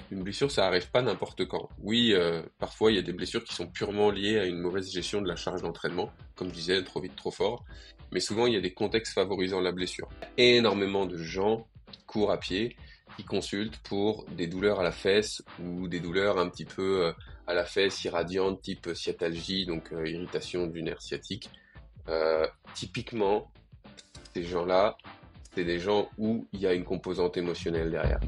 Une blessure, ça arrive pas n'importe quand. Oui, parfois il y a des blessures qui sont purement liées à une mauvaise gestion de la charge d'entraînement, comme je disais, trop vite, trop fort. Mais souvent, il y a des contextes favorisant la blessure. Énormément de gens qui courent à pied, qui consultent pour des douleurs à la fesse ou des douleurs un petit peu à la fesse irradiantes, type sciatalgie, donc irritation du nerf sciatique. Typiquement, ces gens-là, c'est des gens où il y a une composante émotionnelle derrière.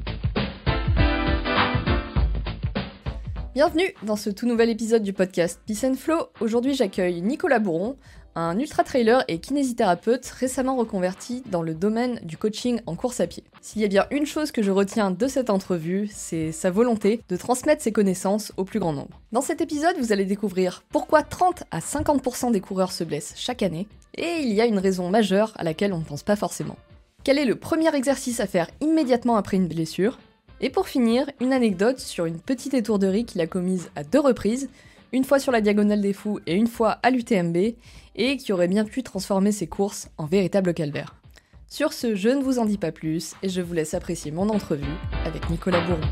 Bienvenue dans ce tout nouvel épisode du podcast Peace and Flow. Aujourd'hui, j'accueille Nicolas Bourron, un ultra-trailer et kinésithérapeute récemment reconverti dans le domaine du coaching en course à pied. S'il y a bien une chose que je retiens de cette entrevue, c'est sa volonté de transmettre ses connaissances au plus grand nombre. Dans cet épisode, vous allez découvrir pourquoi 30 à 50% des coureurs se blessent chaque année, et il y a une raison majeure à laquelle on ne pense pas forcément. Quel est le premier exercice à faire immédiatement après une blessure ? Et pour finir, une anecdote sur une petite étourderie qu'il a commise à 2 reprises, une fois sur la Diagonale des Fous et une fois à l'UTMB, et qui aurait bien pu transformer ses courses en véritable calvaire. Sur ce, je ne vous en dis pas plus, et je vous laisse apprécier mon entrevue avec Nicolas Bourron.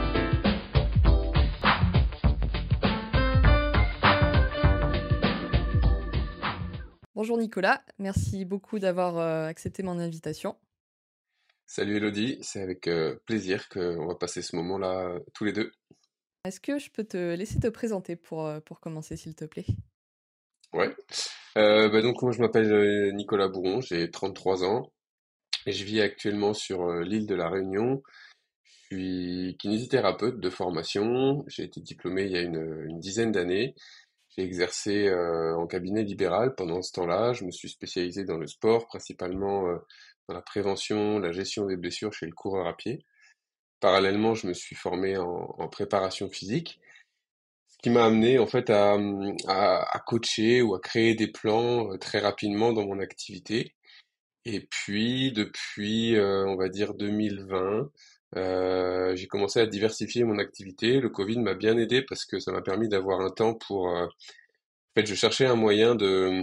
Bonjour Nicolas, merci beaucoup d'avoir accepté mon invitation. Salut Elodie, c'est avec plaisir qu'on va passer ce moment-là tous les deux. Est-ce que je peux te laisser te présenter pour commencer, s'il te plaît ? Ouais. Donc moi je m'appelle Nicolas Bourron, j'ai 33 ans et je vis actuellement sur l'île de la Réunion. Je suis kinésithérapeute de formation, j'ai été diplômé il y a une dizaine d'années. J'ai exercé en cabinet libéral pendant ce temps-là. Je me suis spécialisé dans le sport, principalement dans la prévention, la gestion des blessures chez le coureur à pied. Parallèlement, je me suis formé en préparation physique, ce qui m'a amené en fait à coacher ou à créer des plans très rapidement dans mon activité. Et puis, depuis, on va dire 2020, j'ai commencé à diversifier mon activité. Le Covid m'a bien aidé parce que ça m'a permis d'avoir un temps pour... en fait, je cherchais un moyen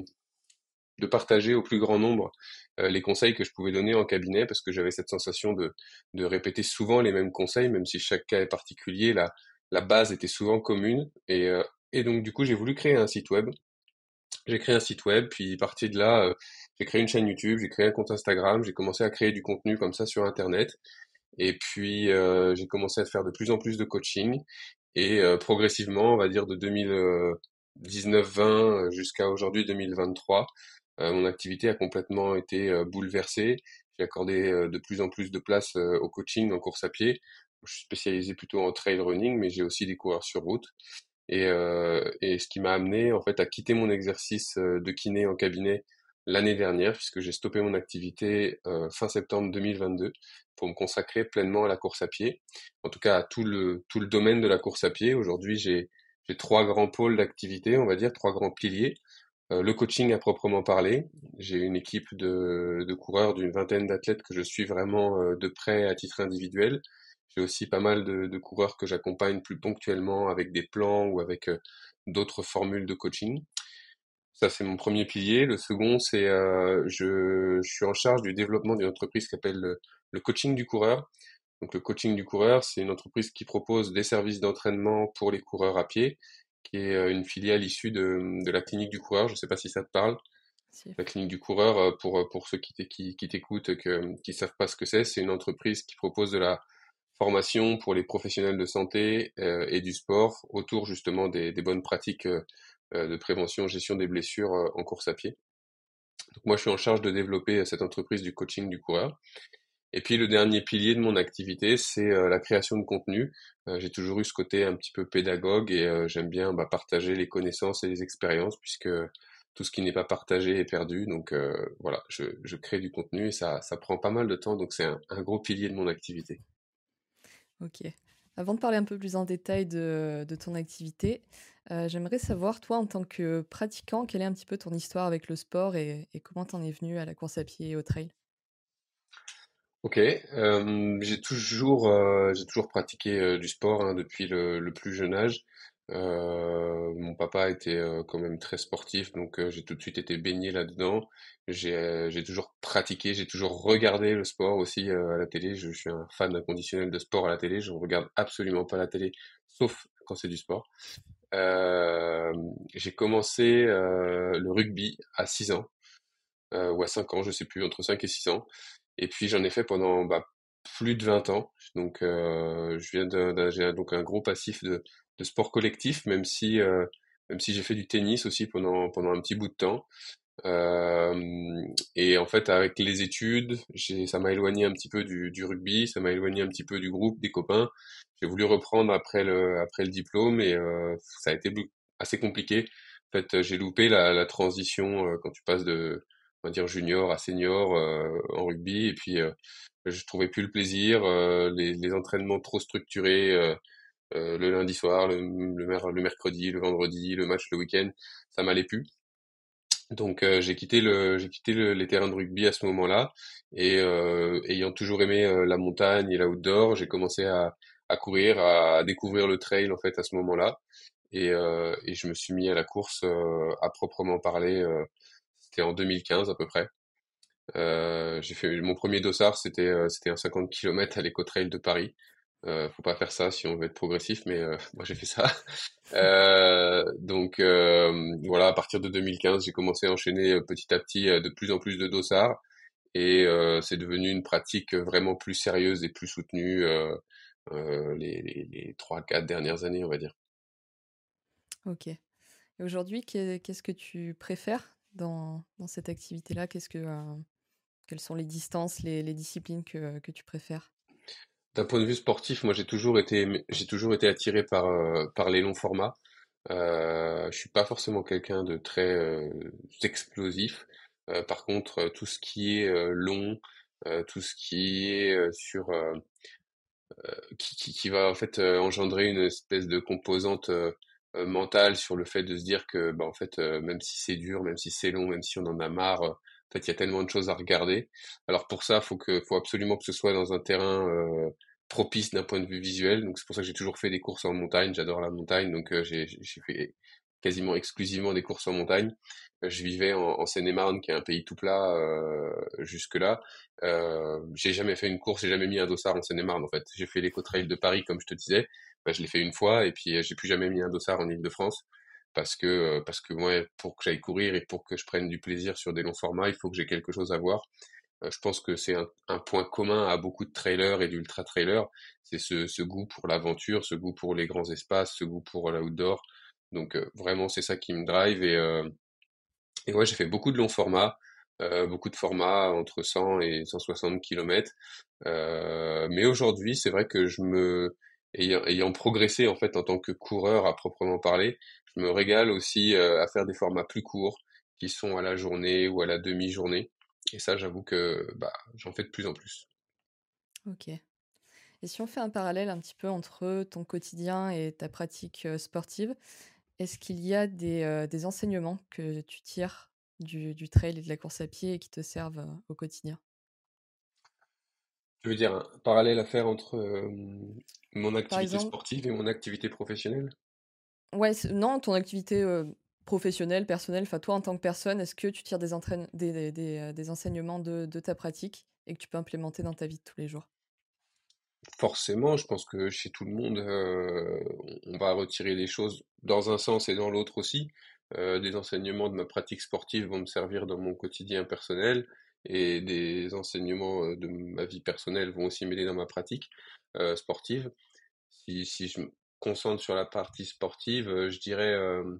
de partager au plus grand nombre les conseils que je pouvais donner en cabinet parce que j'avais cette sensation de répéter souvent les mêmes conseils, même si chaque cas est particulier, la base était souvent commune. Et donc du coup, j'ai voulu créer un site web. J'ai créé un site web, puis parti de là, j'ai créé une chaîne YouTube, j'ai créé un compte Instagram, j'ai commencé à créer du contenu comme ça sur Internet. Et puis j'ai commencé à faire de plus en plus de coaching. Et progressivement, on va dire de 2019-20 jusqu'à aujourd'hui 2023, mon activité a complètement été bouleversée. J'ai accordé de plus en plus de place au coaching en course à pied. Je suis spécialisé plutôt en trail running, mais j'ai aussi des coureurs sur route. Et ce qui m'a amené en fait à quitter mon exercice de kiné en cabinet l'année dernière, puisque j'ai stoppé mon activité fin septembre 2022 pour me consacrer pleinement à la course à pied, en tout cas à tout le domaine de la course à pied. Aujourd'hui, j'ai 3 grands pôles d'activité, on va dire, 3 grands piliers. Le coaching à proprement parler. J'ai une équipe de coureurs d'une vingtaine d'athlètes que je suis vraiment de près à titre individuel. J'ai aussi pas mal de coureurs que j'accompagne plus ponctuellement avec des plans ou avec d'autres formules de coaching. Ça, c'est mon premier pilier. Le second, c'est je suis en charge du développement d'une entreprise qui s'appelle le coaching du coureur. Donc le coaching du coureur, c'est une entreprise qui propose des services d'entraînement pour les coureurs à pied, qui est une filiale issue de la clinique du coureur. Je ne sais pas si ça te parle. Si. La clinique du coureur, pour ceux qui t'écoutent, qui savent pas ce que c'est une entreprise qui propose de la formation pour les professionnels de santé et du sport autour justement des bonnes pratiques de prévention, gestion des blessures en course à pied. Donc moi, je suis en charge de développer cette entreprise du coaching du coureur. Et puis le dernier pilier de mon activité, c'est la création de contenu. J'ai toujours eu ce côté un petit peu pédagogue et j'aime bien partager les connaissances et les expériences puisque tout ce qui n'est pas partagé est perdu. Donc voilà, je crée du contenu et ça prend pas mal de temps. Donc c'est un gros pilier de mon activité. Ok. Avant de parler un peu plus en détail de ton activité, j'aimerais savoir, toi, en tant que pratiquant, quelle est un petit peu ton histoire avec le sport et comment t'en es venu à la course à pied et au trail? Ok, j'ai toujours pratiqué du sport hein, depuis le plus jeune âge. Mon papa était quand même très sportif, donc j'ai tout de suite été baigné là-dedans. J'ai toujours pratiqué, j'ai toujours regardé le sport aussi à la télé. Je suis un fan inconditionnel de sport à la télé. Je ne regarde absolument pas la télé, sauf quand c'est du sport. Euh, j'ai commencé le rugby à 6 ans, ou à 5 ans, je sais plus, entre 5 et 6 ans. Et puis j'en ai fait pendant plus de 20 ans. Donc j'ai donc un gros passif de sport collectif, même si j'ai fait du tennis aussi pendant un petit bout de temps. Et en fait, avec les études, ça m'a éloigné un petit peu du rugby, ça m'a éloigné un petit peu du groupe, des copains. J'ai voulu reprendre après le diplôme et ça a été assez compliqué. En fait, j'ai loupé la transition quand tu passes on va dire, junior à senior en rugby. Et puis, je trouvais plus le plaisir, les entraînements trop structurés le lundi soir, le mercredi, le vendredi, le match le week-end, ça m'allait plus. Donc j'ai quitté les terrains de rugby à ce moment-là et ayant toujours aimé la montagne et l'outdoor, j'ai commencé à courir, à découvrir le trail en fait à ce moment-là et je me suis mis à la course à proprement parler. C'était en 2015 à peu près. J'ai fait mon premier dossard, c'était un 50 km à l'Eco-Trail de Paris. Faut pas faire ça si on veut être progressif, mais moi j'ai fait ça. Voilà, à partir de 2015, j'ai commencé à enchaîner petit à petit de plus en plus de dossards et c'est devenu une pratique vraiment plus sérieuse et plus soutenue les 3-4 dernières années, on va dire. Ok. Et aujourd'hui, qu'est-ce que tu préfères dans cette activité-là? Quelles sont les distances, les disciplines que tu préfères? D'un point de vue sportif, moi j'ai toujours été attiré par les longs formats. Je suis pas forcément quelqu'un de très explosif. Par contre, tout ce qui est long, tout ce qui est qui va en fait engendrer une espèce de composante mentale sur le fait de se dire que bah, en fait même si c'est dur, même si c'est long, même si on en a marre, en fait il y a tellement de choses à regarder. Alors pour ça, faut absolument que ce soit dans un terrain propice d'un point de vue visuel. Donc c'est pour ça que j'ai toujours fait des courses en montagne. J'adore la montagne, donc j'ai fait quasiment exclusivement des courses en montagne. Je vivais en Seine-et-Marne, qui est un pays tout plat jusque-là. J'ai jamais fait une course, j'ai jamais mis un dossard en Seine-et-Marne en fait. J'ai fait l'Eco-Trail de Paris comme je te disais, bah, je l'ai fait une fois et puis j'ai plus jamais mis un dossard en Île-de-France parce que moi pour que j'aille courir et pour que je prenne du plaisir sur des longs formats, il faut que j'ai quelque chose à voir. Je pense que c'est un point commun à beaucoup de trailers et d'ultra-trailers, c'est ce goût pour l'aventure, ce goût pour les grands espaces, ce goût pour l'outdoor. Donc vraiment c'est ça qui me drive et ouais, j'ai fait beaucoup de longs formats, beaucoup de formats entre 100 et 160 kilomètres. Mais aujourd'hui, c'est vrai que ayant progressé en fait en tant que coureur à proprement parler, je me régale aussi à faire des formats plus courts qui sont à la journée ou à la demi-journée. Et ça, j'avoue que bah, j'en fais de plus en plus. Ok. Et si on fait un parallèle un petit peu entre ton quotidien et ta pratique sportive, est-ce qu'il y a des enseignements que tu tires du trail et de la course à pied et qui te servent au quotidien? Tu veux dire un parallèle à faire entre mon Par activité exemple, sportive et mon activité professionnelle? ouais, non, ton activité professionnelle, personnelle, enfin toi en tant que personne, est-ce que tu tires des enseignements de ta pratique et que tu peux implémenter dans ta vie de tous les jours? Forcément, je pense que chez tout le monde, on va retirer des choses dans un sens et dans l'autre aussi. Des enseignements de ma pratique sportive vont me servir dans mon quotidien personnel et des enseignements de ma vie personnelle vont aussi m'aider dans ma pratique sportive. Si je me concentre sur la partie sportive, je dirais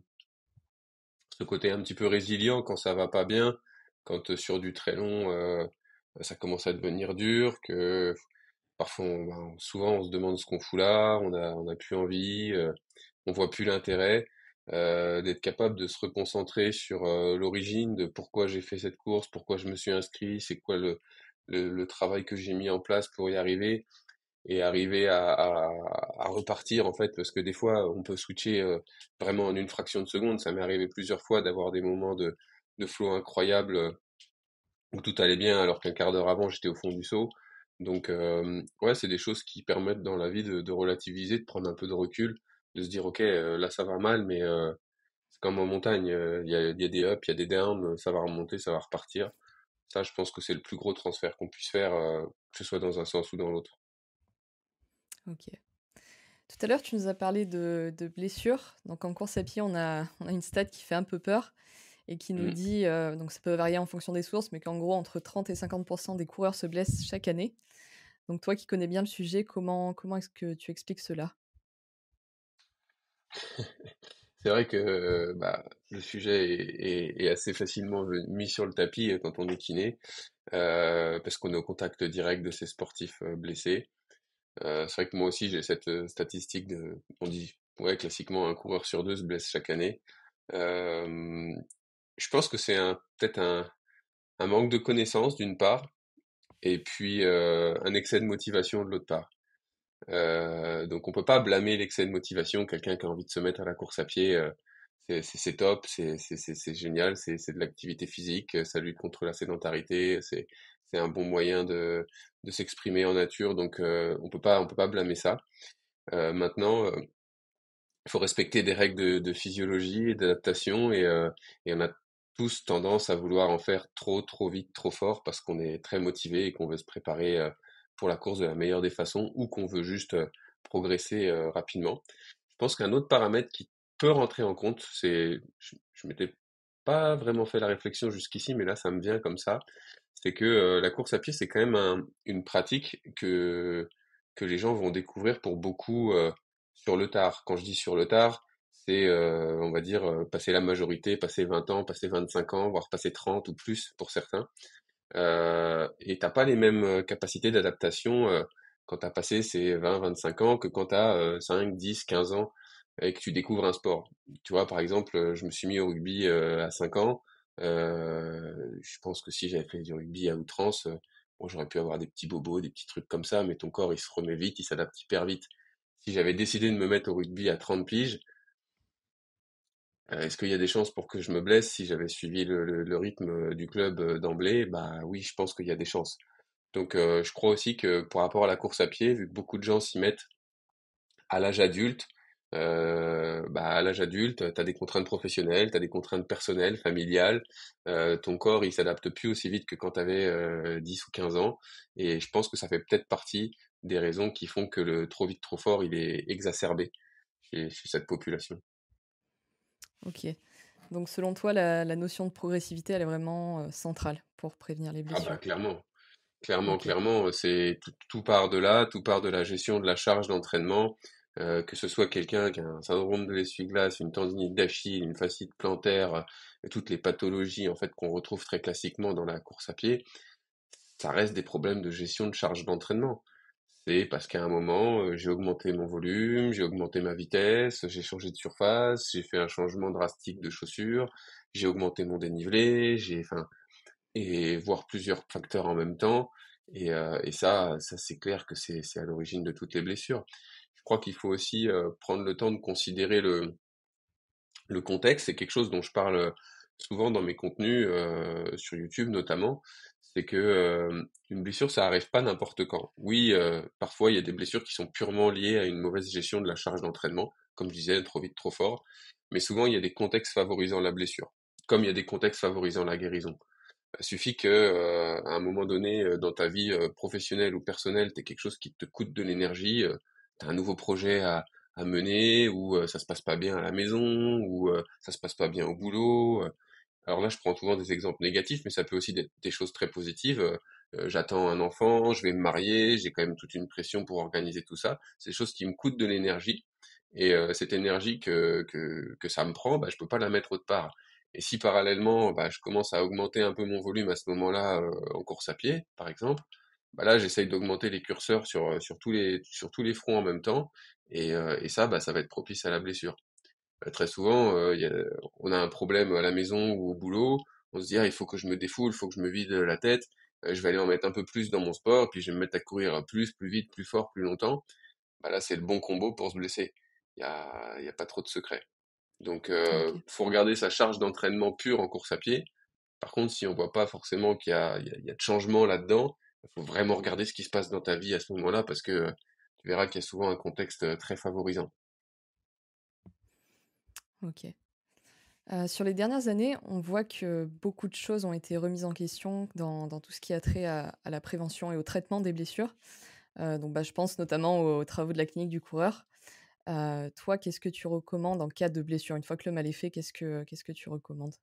ce côté un petit peu résilient quand ça va pas bien, quand sur du très long, ça commence à devenir dur, que parfois, souvent, on se demande ce qu'on fout là, on a plus envie, on voit plus l'intérêt, d'être capable de se reconcentrer sur l'origine de pourquoi j'ai fait cette course, pourquoi je me suis inscrit, c'est quoi le travail que j'ai mis en place pour y arriver et arriver à repartir en fait, parce que des fois, on peut switcher vraiment en une fraction de seconde. Ça m'est arrivé plusieurs fois d'avoir des moments de flow incroyables où tout allait bien alors qu'un quart d'heure avant j'étais au fond du seau. Donc ouais, c'est des choses qui permettent dans la vie de relativiser, de prendre un peu de recul, de se dire, ok, là ça va mal, mais c'est comme en montagne, il y a des ups, il y a des downs, ça va remonter, ça va repartir. Ça, je pense que c'est le plus gros transfert qu'on puisse faire, que ce soit dans un sens ou dans l'autre. Ok. Tout à l'heure, tu nous as parlé de blessures. Donc en course à pied, on a une stat qui fait un peu peur et qui nous Mm. dit, donc ça peut varier en fonction des sources, mais qu'en gros, entre 30 et 50% des coureurs se blessent chaque année. Donc toi qui connais bien le sujet, comment est-ce que tu expliques cela? C'est vrai que bah, le sujet est assez facilement mis sur le tapis quand on est kiné, parce qu'on est au contact direct de ces sportifs blessés. C'est vrai que moi aussi j'ai cette statistique on dit, ouais, classiquement un coureur sur deux se blesse chaque année. Euh, je pense que c'est peut-être un manque de connaissances d'une part, et puis un excès de motivation de l'autre part. Donc on peut pas blâmer l'excès de motivation. Quelqu'un qui a envie de se mettre à la course à pied, c'est top, c'est génial, c'est de l'activité physique, ça lutte contre la sédentarité, c'est un bon moyen de s'exprimer en nature. Donc on peut pas blâmer ça. Maintenant, il faut respecter des règles de physiologie et d'adaptation et on a tous tendance à vouloir en faire trop, trop vite, trop fort parce qu'on est très motivé et qu'on veut se préparer pour la course de la meilleure des façons ou qu'on veut juste progresser rapidement. Je pense qu'un autre paramètre qui peut rentrer en compte, je m'étais pas vraiment fait la réflexion jusqu'ici, mais là ça me vient comme ça, c'est que la course à pied c'est quand même une pratique que les gens vont découvrir pour beaucoup sur le tard. Quand je dis sur le tard, c'est, on va dire, passer la majorité, passer 20 ans, passer 25 ans, voire passer 30 ou plus pour certains. Et t'as pas les mêmes capacités d'adaptation quand t'as passé ces 20, 25 ans que quand t'as 5, 10, 15 ans et que tu découvres un sport. Tu vois, par exemple, je me suis mis au rugby à 5 ans. Je pense que si j'avais fait du rugby à outrance, bon, j'aurais pu avoir des petits bobos, des petits trucs comme ça, mais ton corps, il se remet vite, il s'adapte hyper vite. Si j'avais décidé de me mettre au rugby à 30 piges, est-ce qu'il y a des chances pour que je me blesse si j'avais suivi le rythme du club d'emblée? Bah oui, je pense qu'il y a des chances. Donc je crois aussi que par rapport à la course à pied, vu que beaucoup de gens s'y mettent à l'âge adulte, bah à l'âge adulte, tu as des contraintes professionnelles, tu as des contraintes personnelles, familiales, ton corps il s'adapte plus aussi vite que quand tu avais 10 ou 15 ans, et je pense que ça fait peut-être partie des raisons qui font que le trop vite trop fort il est exacerbé chez cette population. Ok. Donc selon toi, la notion de progressivité, elle est vraiment centrale pour prévenir les Ah bah blessures. clairement. Clairement, Ok. clairement, c'est tout part de là, tout part de la gestion de la charge d'entraînement, que ce soit quelqu'un qui a un syndrome de l'essuie-glace, une tendinite d'Achille, une fasciite plantaire, toutes les pathologies en fait qu'on retrouve très classiquement dans la course à pied, ça reste des problèmes de gestion de charge d'entraînement. C'est parce qu'à un moment, j'ai augmenté mon volume, j'ai augmenté ma vitesse, j'ai changé de surface, j'ai fait un changement drastique de chaussures, j'ai augmenté mon dénivelé, enfin, et voir plusieurs facteurs en même temps. Et ça c'est clair que c'est à l'origine de toutes les blessures. Je crois qu'il faut aussi prendre le temps de considérer le contexte. C'est quelque chose dont je parle souvent dans mes contenus, sur YouTube notamment. C'est que une blessure, ça arrive pas n'importe quand. Oui, parfois il y a des blessures qui sont purement liées à une mauvaise gestion de la charge d'entraînement, comme je disais, trop vite, trop fort. Mais souvent, il y a des contextes favorisant la blessure, comme il y a des contextes favorisant la guérison. Il suffit que, à un moment donné, dans ta vie professionnelle ou personnelle, tu quelque chose qui te coûte de l'énergie, tu as un nouveau projet à mener, ou ça se passe pas bien à la maison, ou ça se passe pas bien au boulot. Alors là, je prends souvent des exemples négatifs, mais ça peut aussi être des choses très positives. J'attends un enfant, je vais me marier, j'ai quand même toute une pression pour organiser tout ça. C'est des choses qui me coûtent de l'énergie. Et cette énergie que ça me prend, bah, je peux pas la mettre autre part. Et si parallèlement, bah, je commence à augmenter un peu mon volume à ce moment-là, en course à pied, par exemple, bah là, j'essaye d'augmenter les curseurs sur tous les fronts en même temps. Et ça, bah, ça va être propice à la blessure. Très souvent, on a un problème à la maison ou au boulot, on se dit: «Ah, il faut que je me défoule, il faut que je me vide la tête, je vais aller en mettre un peu plus dans mon sport, puis je vais me mettre à courir plus, plus vite, plus fort, plus longtemps». Bah là, c'est le bon combo pour se blesser. Il y a pas trop de secret. Donc, Ok. faut regarder sa charge d'entraînement pure en course à pied. Par contre, si on voit pas forcément qu'il y a de changement là-dedans, il faut vraiment regarder ce qui se passe dans ta vie à ce moment-là, parce que tu verras qu'il y a souvent un contexte très favorisant. Ok. Sur les dernières années, on voit que beaucoup de choses ont été remises en question dans tout ce qui a trait à la prévention et au traitement des blessures. Donc, je pense notamment aux travaux de la clinique du coureur. Toi, qu'est-ce que tu recommandes en cas de blessure? Une fois que le mal est fait, qu'est-ce que tu recommandes?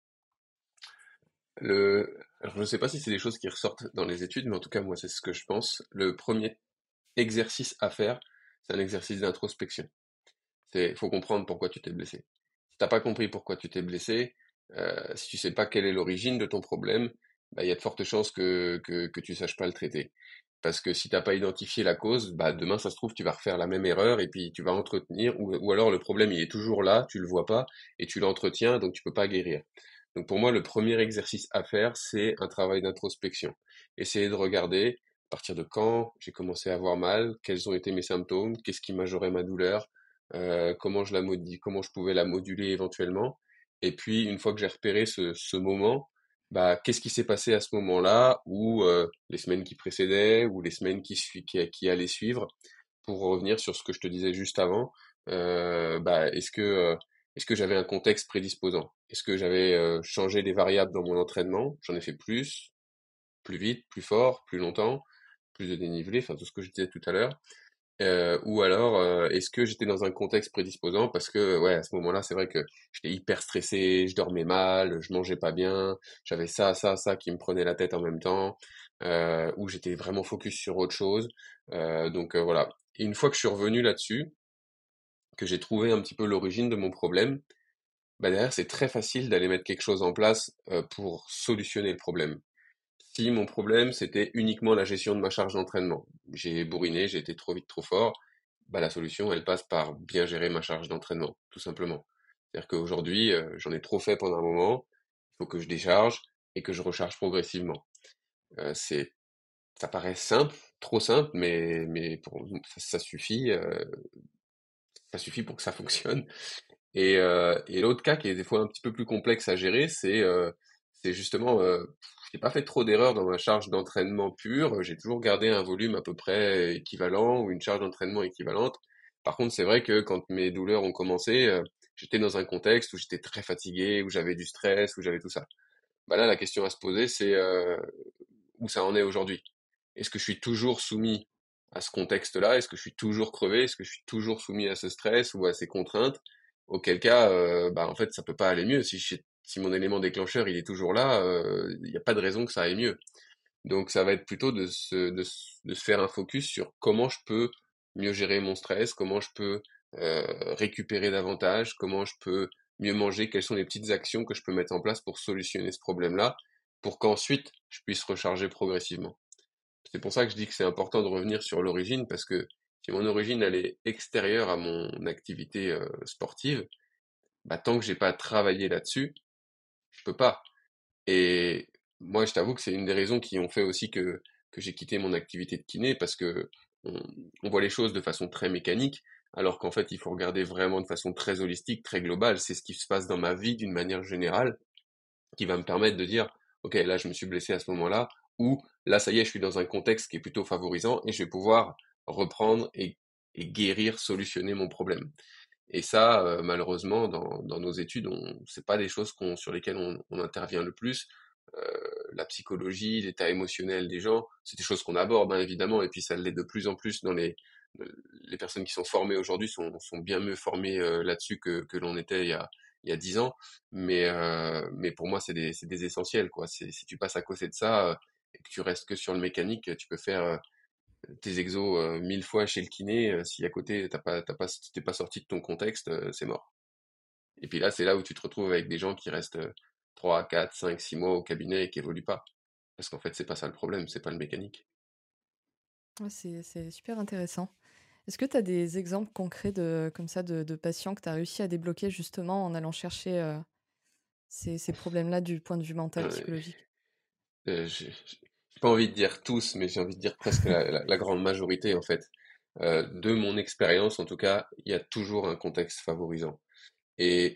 Alors, je ne sais pas si c'est des choses qui ressortent dans les études, mais en tout cas, moi, c'est ce que je pense. Le premier exercice à faire, c'est un exercice d'introspection. Faut comprendre pourquoi tu t'es blessé. Si t'as pas compris pourquoi tu t'es blessé, si tu sais pas quelle est l'origine de ton problème, bah, il y a de fortes chances que tu saches pas le traiter. Parce que si t'as pas identifié la cause, bah, demain, ça se trouve, tu vas refaire la même erreur et puis tu vas entretenir, ou alors le problème, il est toujours là, tu le vois pas, et tu l'entretiens, donc tu peux pas guérir. Donc pour moi, le premier exercice à faire, c'est un travail d'introspection. Essayer de regarder à partir de quand j'ai commencé à avoir mal, quels ont été mes symptômes, qu'est-ce qui majorait ma douleur, comment je pouvais la moduler éventuellement. Et puis, une fois que j'ai repéré ce moment, bah, qu'est-ce qui s'est passé à ce moment-là, ou les semaines qui précédaient, ou les semaines qui allaient suivre, pour revenir sur ce que je te disais juste avant. Bah, est-ce que j'avais un contexte prédisposant? Est-ce que j'avais changé des variables dans mon entraînement? J'en ai fait plus vite, plus fort, plus longtemps, plus de dénivelé, enfin tout ce que je disais tout à l'heure. Ou alors, est-ce que j'étais dans un contexte prédisposant parce que, ouais, à ce moment-là, c'est vrai que j'étais hyper stressé, je dormais mal, je mangeais pas bien, j'avais ça qui me prenait la tête en même temps, ou j'étais vraiment focus sur autre chose. Donc voilà. Et une fois que je suis revenu là-dessus, que j'ai trouvé un petit peu l'origine de mon problème, bah derrière, c'est très facile d'aller mettre quelque chose en place pour solutionner le problème. Si mon problème, c'était uniquement la gestion de ma charge d'entraînement, j'ai bourriné, j'ai été trop vite, trop fort, bah, la solution, elle passe par bien gérer ma charge d'entraînement, tout simplement. C'est-à-dire qu'aujourd'hui, j'en ai trop fait pendant un moment, il faut que je décharge et que je recharge progressivement. C'est, ça paraît simple, trop simple, mais ça suffit pour que ça fonctionne. Et l'autre cas qui est des fois un petit peu plus complexe à gérer, c'est justement, j'ai pas fait trop d'erreurs dans ma charge d'entraînement pure. J'ai toujours gardé un volume à peu près équivalent ou une charge d'entraînement équivalente. Par contre, c'est vrai que quand mes douleurs ont commencé, j'étais dans un contexte où j'étais très fatigué, où j'avais du stress, où j'avais tout ça. Bah là, la question à se poser, c'est où ça en est aujourd'hui. Est-ce que je suis toujours soumis à ce contexte-là? Est-ce que je suis toujours crevé? Est-ce que je suis toujours soumis à ce stress ou à ces contraintes? Auquel cas, bah en fait, ça peut pas aller mieux. Si mon élément déclencheur il est toujours là, il n'y a pas de raison que ça aille mieux. Donc ça va être plutôt de se faire un focus sur comment je peux mieux gérer mon stress, comment je peux récupérer davantage, comment je peux mieux manger, quelles sont les petites actions que je peux mettre en place pour solutionner ce problème-là, pour qu'ensuite je puisse recharger progressivement. C'est pour ça que je dis que c'est important de revenir sur l'origine, parce que si mon origine elle est extérieure à mon activité sportive, bah tant que j'ai pas travaillé là-dessus, je peux pas. Et moi, je t'avoue que c'est une des raisons qui ont fait aussi que j'ai quitté mon activité de kiné, parce que on, on voit les choses de façon très mécanique, alors qu'en fait, il faut regarder vraiment de façon très holistique, très globale. C'est ce qui se passe dans ma vie d'une manière générale qui va me permettre de dire, ok, là, je me suis blessé à ce moment-là, ou là, ça y est, je suis dans un contexte qui est plutôt favorisant et je vais pouvoir reprendre et guérir, solutionner mon problème. Et ça, malheureusement, dans nos études, c'est pas des choses sur lesquelles on intervient le plus. La psychologie, l'état émotionnel des gens, c'est des choses qu'on aborde, hein, évidemment, et puis ça l'est de plus en plus les personnes qui sont formées aujourd'hui sont bien mieux formées là-dessus que l'on était il y a 10 ans. Mais pour moi, c'est des essentiels, quoi. Si tu passes à côté de ça, et que tu restes que sur le mécanique, tu peux faire tes exos 1000 fois chez le kiné, si à côté t'es pas sorti de ton contexte, c'est mort. Et puis là, c'est là où tu te retrouves avec des gens qui restent 3, 4, 5, 6 mois au cabinet et qui évoluent pas. Parce qu'en fait, c'est pas ça le problème, c'est pas le mécanique. Ouais, c'est super intéressant. Est-ce que tu as des exemples concrets comme ça de patients que tu as réussi à débloquer justement en allant chercher ces problèmes-là du point de vue mental, Euh, psychologique? j'ai pas envie de dire tous, mais j'ai envie de dire presque la grande majorité en fait. De mon expérience, en tout cas, il y a toujours un contexte favorisant. Et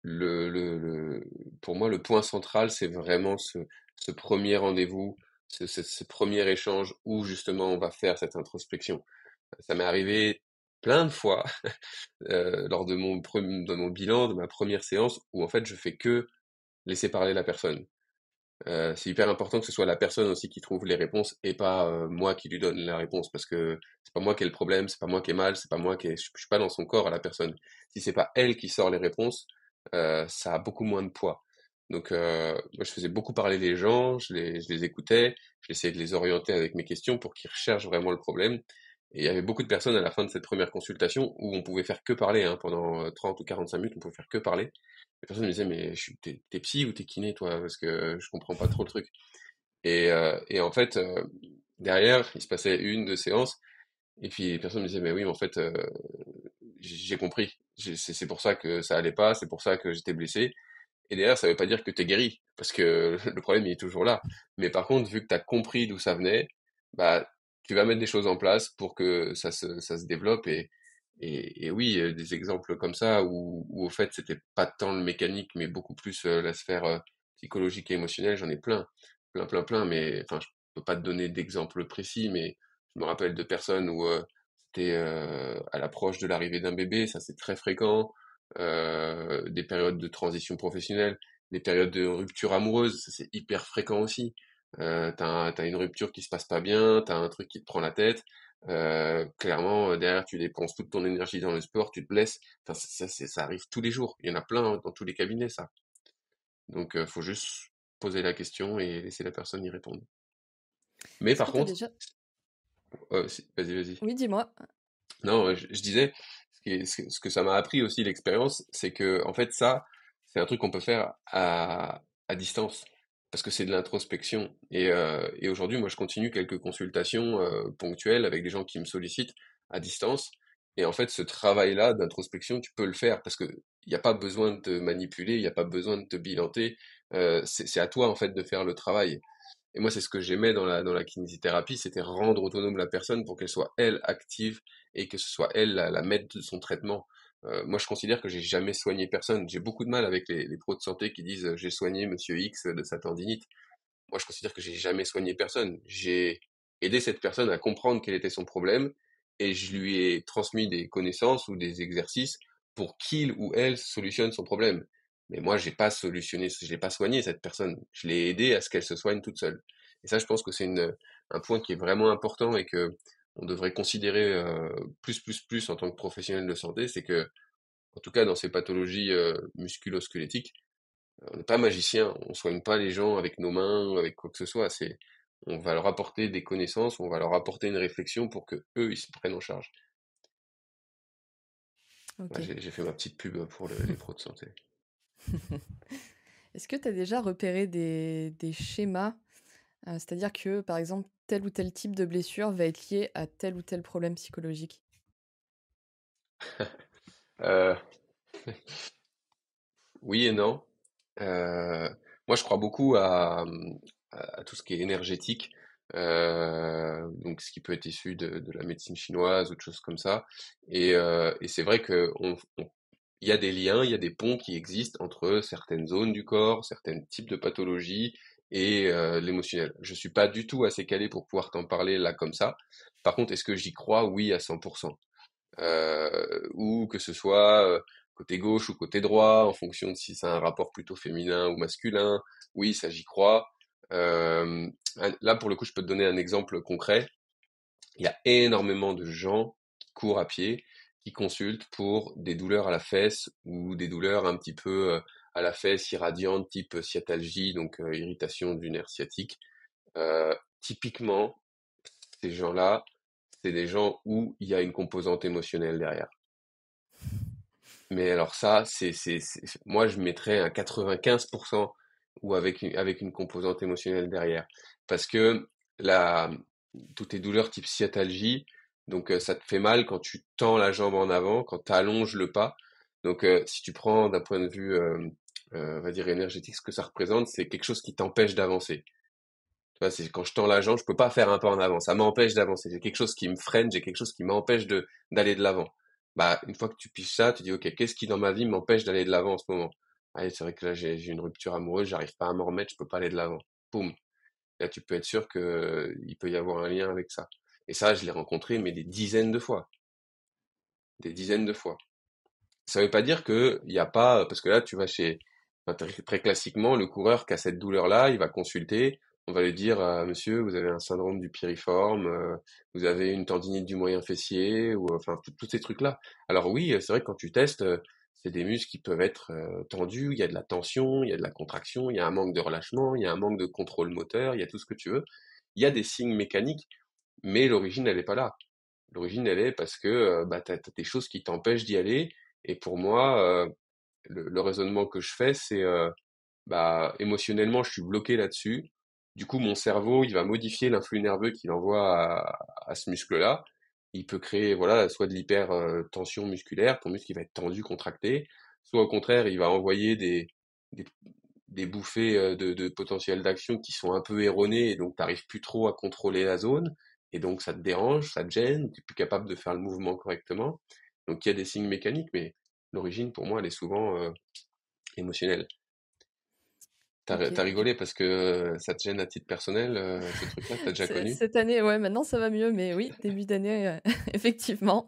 pour moi, le point central, c'est vraiment ce premier rendez-vous, ce premier échange où justement on va faire cette introspection. Ça m'est arrivé plein de fois lors de mon bilan, de ma première séance, où en fait je fais que laisser parler la personne. C'est hyper important que ce soit la personne aussi qui trouve les réponses et pas moi qui lui donne la réponse parce que c'est pas moi qui ai le problème, c'est pas moi qui ai mal, c'est pas moi je suis pas dans son corps à la personne. Si c'est pas elle qui sort les réponses, ça a beaucoup moins de poids. Donc moi je faisais beaucoup parler les gens, je les écoutais, j'essayais de les orienter avec mes questions pour qu'ils recherchent vraiment le problème. Et il y avait beaucoup de personnes à la fin de cette première consultation où on pouvait faire que parler, hein, pendant 30 ou 45 minutes, on pouvait faire que parler. Les personnes me disaient, mais t'es psy ou t'es kiné, toi? Parce que je comprends pas trop le truc. Et en fait, derrière, il se passait une, deux séances, et puis les personnes me disaient, mais oui, mais en fait, j'ai compris. C'est pour ça que ça allait pas, c'est pour ça que j'étais blessé. Et derrière, ça veut pas dire que t'es guéri, parce que le problème, il est toujours là. Mais par contre, vu que t'as compris d'où ça venait, bah, tu vas mettre des choses en place pour que ça se développe. Et oui, des exemples comme ça, où au fait, c'était pas tant le mécanique, mais beaucoup plus la sphère psychologique et émotionnelle, j'en ai plein. Plein, plein, plein. Mais enfin, je peux pas te donner d'exemples précis, mais je me rappelle de personnes où c'était à l'approche de l'arrivée d'un bébé, ça c'est très fréquent, des périodes de transition professionnelle, des périodes de rupture amoureuse, ça c'est hyper fréquent aussi. T'as une rupture qui se passe pas bien, t'as un truc qui te prend la tête. Clairement, derrière, tu dépenses toute ton énergie dans le sport, tu te blesses. Enfin, ça arrive tous les jours. Il y en a plein, hein, dans tous les cabinets, ça. Donc, faut juste poser la question et laisser la personne y répondre. Mais Est-ce par que tu as contre, déjà... vas-y, vas-y. Oui, dis-moi. Non, je disais, ce que ça m'a appris aussi l'expérience, c'est que en fait ça, c'est un truc qu'on peut faire à distance, parce que c'est de l'introspection. Et aujourd'hui, moi, je continue quelques consultations ponctuelles avec des gens qui me sollicitent à distance. Et en fait, ce travail-là d'introspection, tu peux le faire parce que il n'y a pas besoin de te manipuler, il n'y a pas besoin de te bilanter. C'est à toi en fait de faire le travail. Et moi, c'est ce que j'aimais dans la kinésithérapie, c'était rendre autonome la personne pour qu'elle soit, elle, active et que ce soit elle la maître de son traitement. Moi, je considère que j'ai jamais soigné personne. J'ai beaucoup de mal avec les pros de santé qui disent j'ai soigné Monsieur X de sa tendinite. Moi, je considère que j'ai jamais soigné personne. J'ai aidé cette personne à comprendre quel était son problème et je lui ai transmis des connaissances ou des exercices pour qu'il ou elle solutionne son problème. Mais moi, j'ai pas solutionné, je l'ai pas soigné cette personne. Je l'ai aidé à ce qu'elle se soigne toute seule. Et ça, je pense que c'est un point qui est vraiment important et que on devrait considérer plus en tant que professionnel de santé, c'est que, en tout cas dans ces pathologies musculo-squelettiques, on n'est pas magicien, on soigne pas les gens avec nos mains, avec quoi que ce soit. On va leur apporter des connaissances, on va leur apporter une réflexion pour que eux, ils se prennent en charge. Ok. Voilà, j'ai fait ma petite pub pour les pros de santé. Est-ce que tu as déjà repéré des schémas, c'est-à-dire que, par exemple, tel ou tel type de blessure va être lié à tel ou tel problème psychologique? Euh, oui et non. Euh, Moi, je crois beaucoup à tout ce qui est énergétique, donc ce qui peut être issu de la médecine chinoise ou de choses comme ça. Et c'est vrai que il y a des liens, il y a des ponts qui existent entre certaines zones du corps, certains types de pathologies et l'émotionnel. Je suis pas du tout assez calé pour pouvoir t'en parler là comme ça. Par contre, est-ce que j'y crois? Oui, à 100%. Ou que ce soit côté gauche ou côté droit, en fonction de si c'est un rapport plutôt féminin ou masculin. Oui, ça j'y crois. Là, pour le coup, je peux te donner un exemple concret. Il y a énormément de gens qui courent à pied, qui consultent pour des douleurs à la fesse ou des douleurs un petit peu à la fesse irradiantes, type sciatalgie, donc irritation du nerf sciatique. Typiquement, ces gens-là, c'est des gens où il y a une composante émotionnelle derrière. Mais alors ça, moi je mettrais un 95% ou avec une composante émotionnelle derrière. Parce que la, toutes tes douleurs type sciatalgie, donc ça te fait mal quand tu tends la jambe en avant, quand tu allonges le pas. Donc si tu prends d'un point de vue, on va dire énergétique, ce que ça représente, c'est quelque chose qui t'empêche d'avancer. Tu vois, c'est quand je tends la jambe, je peux pas faire un pas en avant. Ça m'empêche d'avancer. J'ai quelque chose qui me freine, j'ai quelque chose qui m'empêche d'aller de l'avant. Bah, une fois que tu piges ça, tu dis, OK, qu'est-ce qui dans ma vie m'empêche d'aller de l'avant en ce moment? Allez, c'est vrai que là, j'ai une rupture amoureuse, j'arrive pas à m'en remettre, je peux pas aller de l'avant. Boum. Là, tu peux être sûr que il peut y avoir un lien avec ça. Et ça, je l'ai rencontré, mais des dizaines de fois. des dizaines de fois. Ça veut pas dire que il y a pas, parce que là, tu vas enfin, très classiquement, le coureur qui a cette douleur-là, il va consulter, on va lui dire, monsieur, vous avez un syndrome du piriforme, vous avez une tendinite du moyen fessier, ou enfin, tous ces trucs-là. Alors oui, c'est vrai que quand tu testes, c'est des muscles qui peuvent être tendus, il y a de la tension, il y a de la contraction, il y a un manque de relâchement, il y a un manque de contrôle moteur, il y a tout ce que tu veux. Il y a des signes mécaniques, mais l'origine, elle est pas là. L'origine, elle est parce que bah, t'as des choses qui t'empêchent d'y aller. Et pour moi, le raisonnement que je fais, c'est bah, émotionnellement, je suis bloqué là-dessus. Du coup, mon cerveau, il va modifier l'influx nerveux qu'il envoie à ce muscle-là. Il peut créer, voilà, soit de l'hypertension musculaire, ton muscle il va être tendu, contracté, soit au contraire, il va envoyer des, des bouffées de potentiel d'action qui sont un peu erronées, et donc tu n'arrives plus trop à contrôler la zone, et donc ça te dérange, ça te gêne, tu n'es plus capable de faire le mouvement correctement. Donc il y a des signes mécaniques, mais l'origine, pour moi, elle est souvent émotionnelle. Ok. T'as rigolé parce que ça te gêne à titre personnel, ce truc-là, t'as déjà connu? Cette année, ouais, maintenant ça va mieux, mais oui, début d'année, effectivement.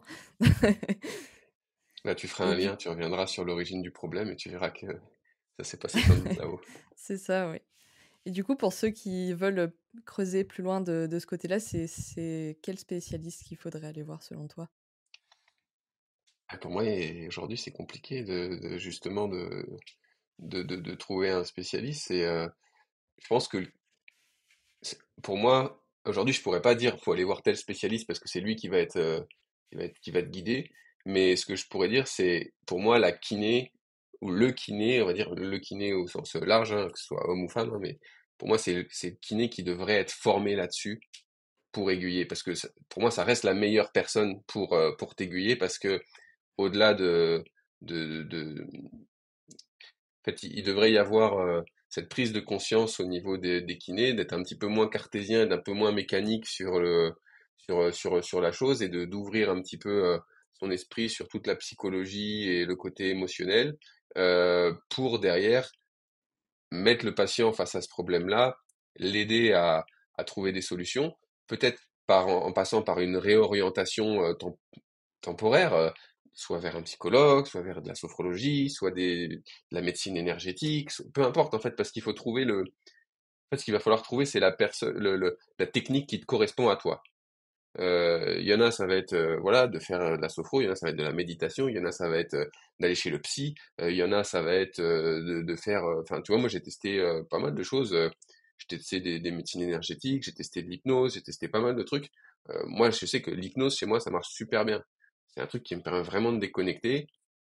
Là, tu feras Et un du lien, tu reviendras sur l'origine du problème et tu verras que ça s'est passé comme là-haut. c'est ça, oui. Et du coup, pour ceux qui veulent, creuser plus loin de ce côté-là, c'est quel spécialiste qu'il faudrait aller voir selon toi? Ah, pour moi, aujourd'hui, c'est compliqué justement de trouver un spécialiste. Je pense que pour moi, aujourd'hui, je pourrais pas dire faut aller voir tel spécialiste parce que c'est lui qui va être, qui va te guider. Mais ce que je pourrais dire, c'est pour moi la kiné ou le kiné, on va dire le kiné au sens large, hein, que ce soit homme ou femme, hein, mais pour moi, c'est le kiné qui devrait être formé là-dessus pour aiguiller, parce que pour moi, ça reste la meilleure personne pour t'aiguiller, parce que au-delà de, en fait, il devrait y avoir cette prise de conscience au niveau des kinés, d'être un petit peu moins cartésien, d'un peu moins mécanique sur la chose et de d'ouvrir un petit peu son esprit sur toute la psychologie et le côté émotionnel pour derrière mettre le patient face à ce problème-là, l'aider à trouver des solutions, peut-être en passant par une réorientation temporaire, soit vers un psychologue, soit vers de la sophrologie, soit de la médecine énergétique, peu importe en fait, parce qu'il faut trouver en fait, ce qu'il va falloir trouver, c'est la personne, la technique qui te correspond à toi. Il y en a, ça va être voilà de faire de la sophro, il y en a, ça va être de la méditation, il y en a, ça va être d'aller chez le psy, il y en a, ça va être de faire, enfin, tu vois, moi j'ai testé pas mal de choses. J'ai testé des médecines énergétiques, j'ai testé de l'hypnose, j'ai testé pas mal de trucs. Moi, je sais que l'hypnose chez moi, ça marche super bien. C'est un truc qui me permet vraiment de déconnecter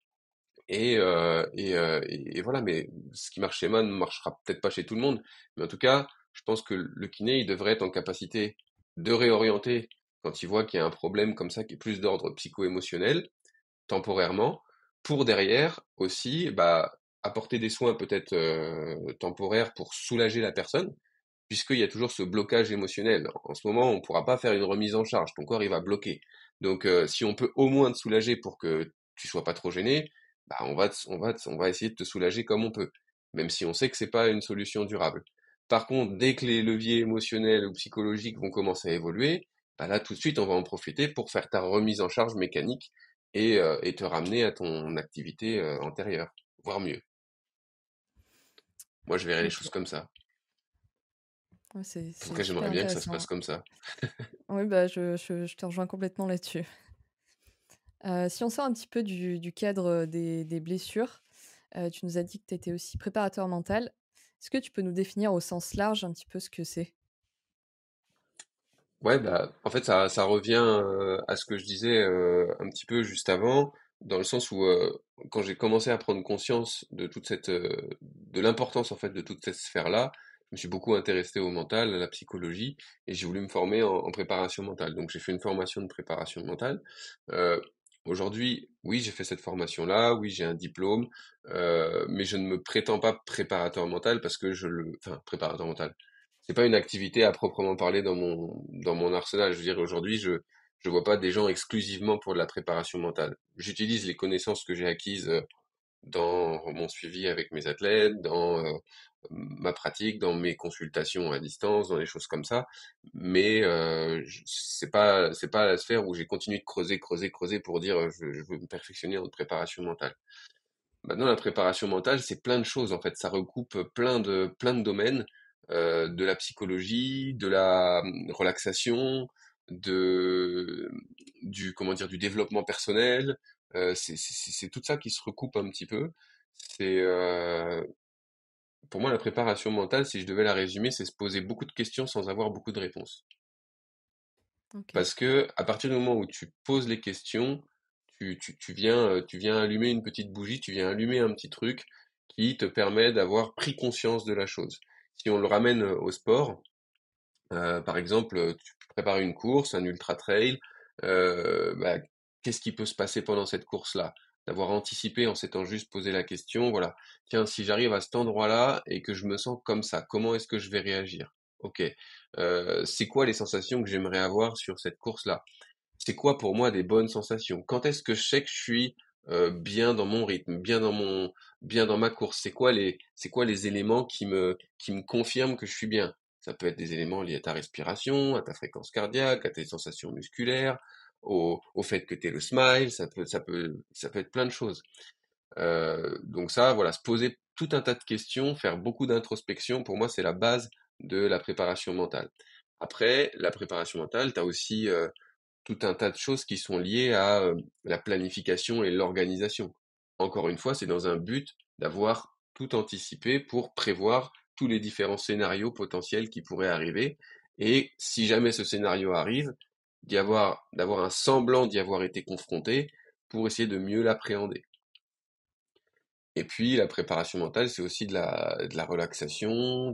et voilà. Mais ce qui marche chez moi ne marchera peut-être pas chez tout le monde. Mais en tout cas, je pense que le kiné, il devrait être en capacité de réorienter quand il voit qu'il y a un problème comme ça qui est plus d'ordre psycho-émotionnel, temporairement, pour derrière aussi bah, apporter des soins peut-être temporaires pour soulager la personne, puisqu'il y a toujours ce blocage émotionnel. En ce moment, on ne pourra pas faire une remise en charge, ton corps il va bloquer. Donc si on peut au moins te soulager pour que tu sois pas trop gêné, bah, on va essayer de te soulager comme on peut, même si on sait que c'est pas une solution durable. Par contre, dès que les leviers émotionnels ou psychologiques vont commencer à évoluer, bah là tout de suite on va en profiter pour faire ta remise en charge mécanique et te ramener à ton activité antérieure, voire mieux. Moi je verrais les Ok, choses comme ça. ouais, En tout c'est cas, super j'aimerais bien que ça se passe intéressant. comme ça. Oui, bah, je te rejoins complètement là-dessus. Si on sort un petit peu du cadre des blessures, tu nous as dit que tu étais aussi préparateur mental. Est-ce que tu peux nous définir au sens large un petit peu ce que c'est? Ouais, bah, en fait, ça revient à ce que je disais un petit peu juste avant, dans le sens où quand j'ai commencé à prendre conscience de de l'importance en fait de toute cette sphère-là, je me suis beaucoup intéressé au mental, à la psychologie, et j'ai voulu me former en préparation mentale. Donc, j'ai fait une formation de préparation mentale. Euh, Aujourd'hui, oui, j'ai fait cette formation-là, oui, j'ai un diplôme, mais je ne me prétends pas préparateur mental parce que enfin, préparateur mental. C'est pas une activité à proprement parler dans mon arsenal. Je veux dire, aujourd'hui, je vois pas des gens exclusivement pour de la préparation mentale. J'utilise les connaissances que j'ai acquises dans mon suivi avec mes athlètes, ma pratique, dans mes consultations à distance, dans les choses comme ça. Mais c'est pas la sphère où j'ai continué de creuser, creuser, creuser pour dire je veux me perfectionner en préparation mentale. Maintenant, la préparation mentale, c'est plein de choses en fait. Ça recoupe plein de domaines, de la psychologie, de la relaxation, de comment dire, du développement personnel. C'est tout ça qui se recoupe un petit peu. C'est pour moi la préparation mentale, si je devais la résumer, c'est se poser beaucoup de questions sans avoir beaucoup de réponses. Ok. Parce que à partir du moment où tu poses les questions, tu viens allumer une petite bougie, tu viens allumer un petit truc qui te permet d'avoir pris conscience de la chose. Si on le ramène au sport, par exemple, tu prépares une course, un ultra trail, bah, qu'est-ce qui peut se passer pendant cette course-là? D'avoir anticipé en s'étant juste posé la question, voilà, tiens, si j'arrive à cet endroit-là et que je me sens comme ça, comment est-ce que je vais réagir? Ok, c'est quoi les sensations que j'aimerais avoir sur cette course-là? C'est quoi pour moi des bonnes sensations? Quand est-ce que je sais que je suis bien dans mon rythme, bien dans ma course? C'est quoi les éléments qui me confirment que je suis bien? Ça peut être des éléments liés à ta respiration, à ta fréquence cardiaque, à tes sensations musculaires, au fait que tu aies le smile, ça peut être plein de choses. Donc ça, voilà, se poser tout un tas de questions, faire beaucoup d'introspection, pour moi, c'est la base de la préparation mentale. Après, la préparation mentale, tu as aussi tout un tas de choses qui sont liées à la planification et l'organisation. Encore une fois, c'est dans un but d'avoir tout anticipé pour prévoir tous les différents scénarios potentiels qui pourraient arriver. Et si jamais ce scénario arrive, d'avoir un semblant d'y avoir été confronté pour essayer de mieux l'appréhender. Et puis la préparation mentale, c'est aussi de la relaxation,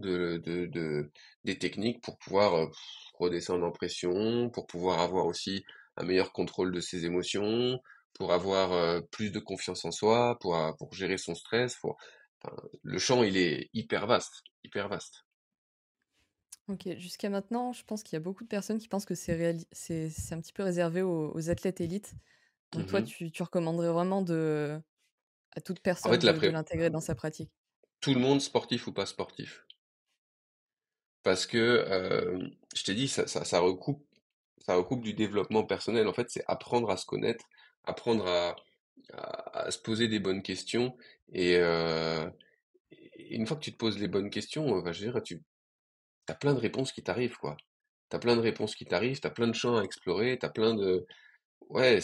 des techniques pour pouvoir redescendre en pression, pour pouvoir avoir aussi un meilleur contrôle de ses émotions, pour avoir plus de confiance en soi, pour gérer son stress. Enfin, le champ, il est hyper vaste, hyper vaste. Ok, jusqu'à maintenant, je pense qu'il y a beaucoup de personnes qui pensent que c'est un petit peu réservé aux athlètes élites. Donc toi, Mhm. tu recommanderais vraiment à toute En personne fait, de l'intégrer dans sa pratique. tout le monde, sportif ou pas sportif. Parce que, je t'ai dit, ça recoupe du développement personnel. En fait, c'est apprendre à se connaître, apprendre à se poser des bonnes questions. Et une fois que tu te poses les bonnes questions, je veux dire, tu as plein de réponses qui t'arrivent, quoi. T'as plein de réponses qui t'arrivent, t'as plein de champs à explorer, t'as plein de... Ouais,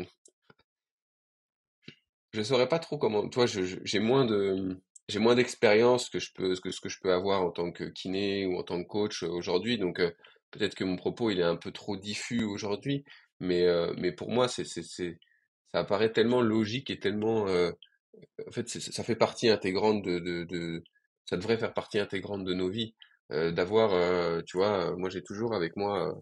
je saurais pas trop comment... Toi, j'ai moins d'expérience que ce que je peux avoir en tant que kiné ou en tant que coach aujourd'hui, donc peut-être que mon propos, il est un peu trop diffus aujourd'hui, mais pour moi, ça apparaît tellement logique et tellement... en fait, ça fait partie intégrante ça devrait faire partie intégrante de nos vies. D'avoir, tu vois, moi j'ai toujours avec moi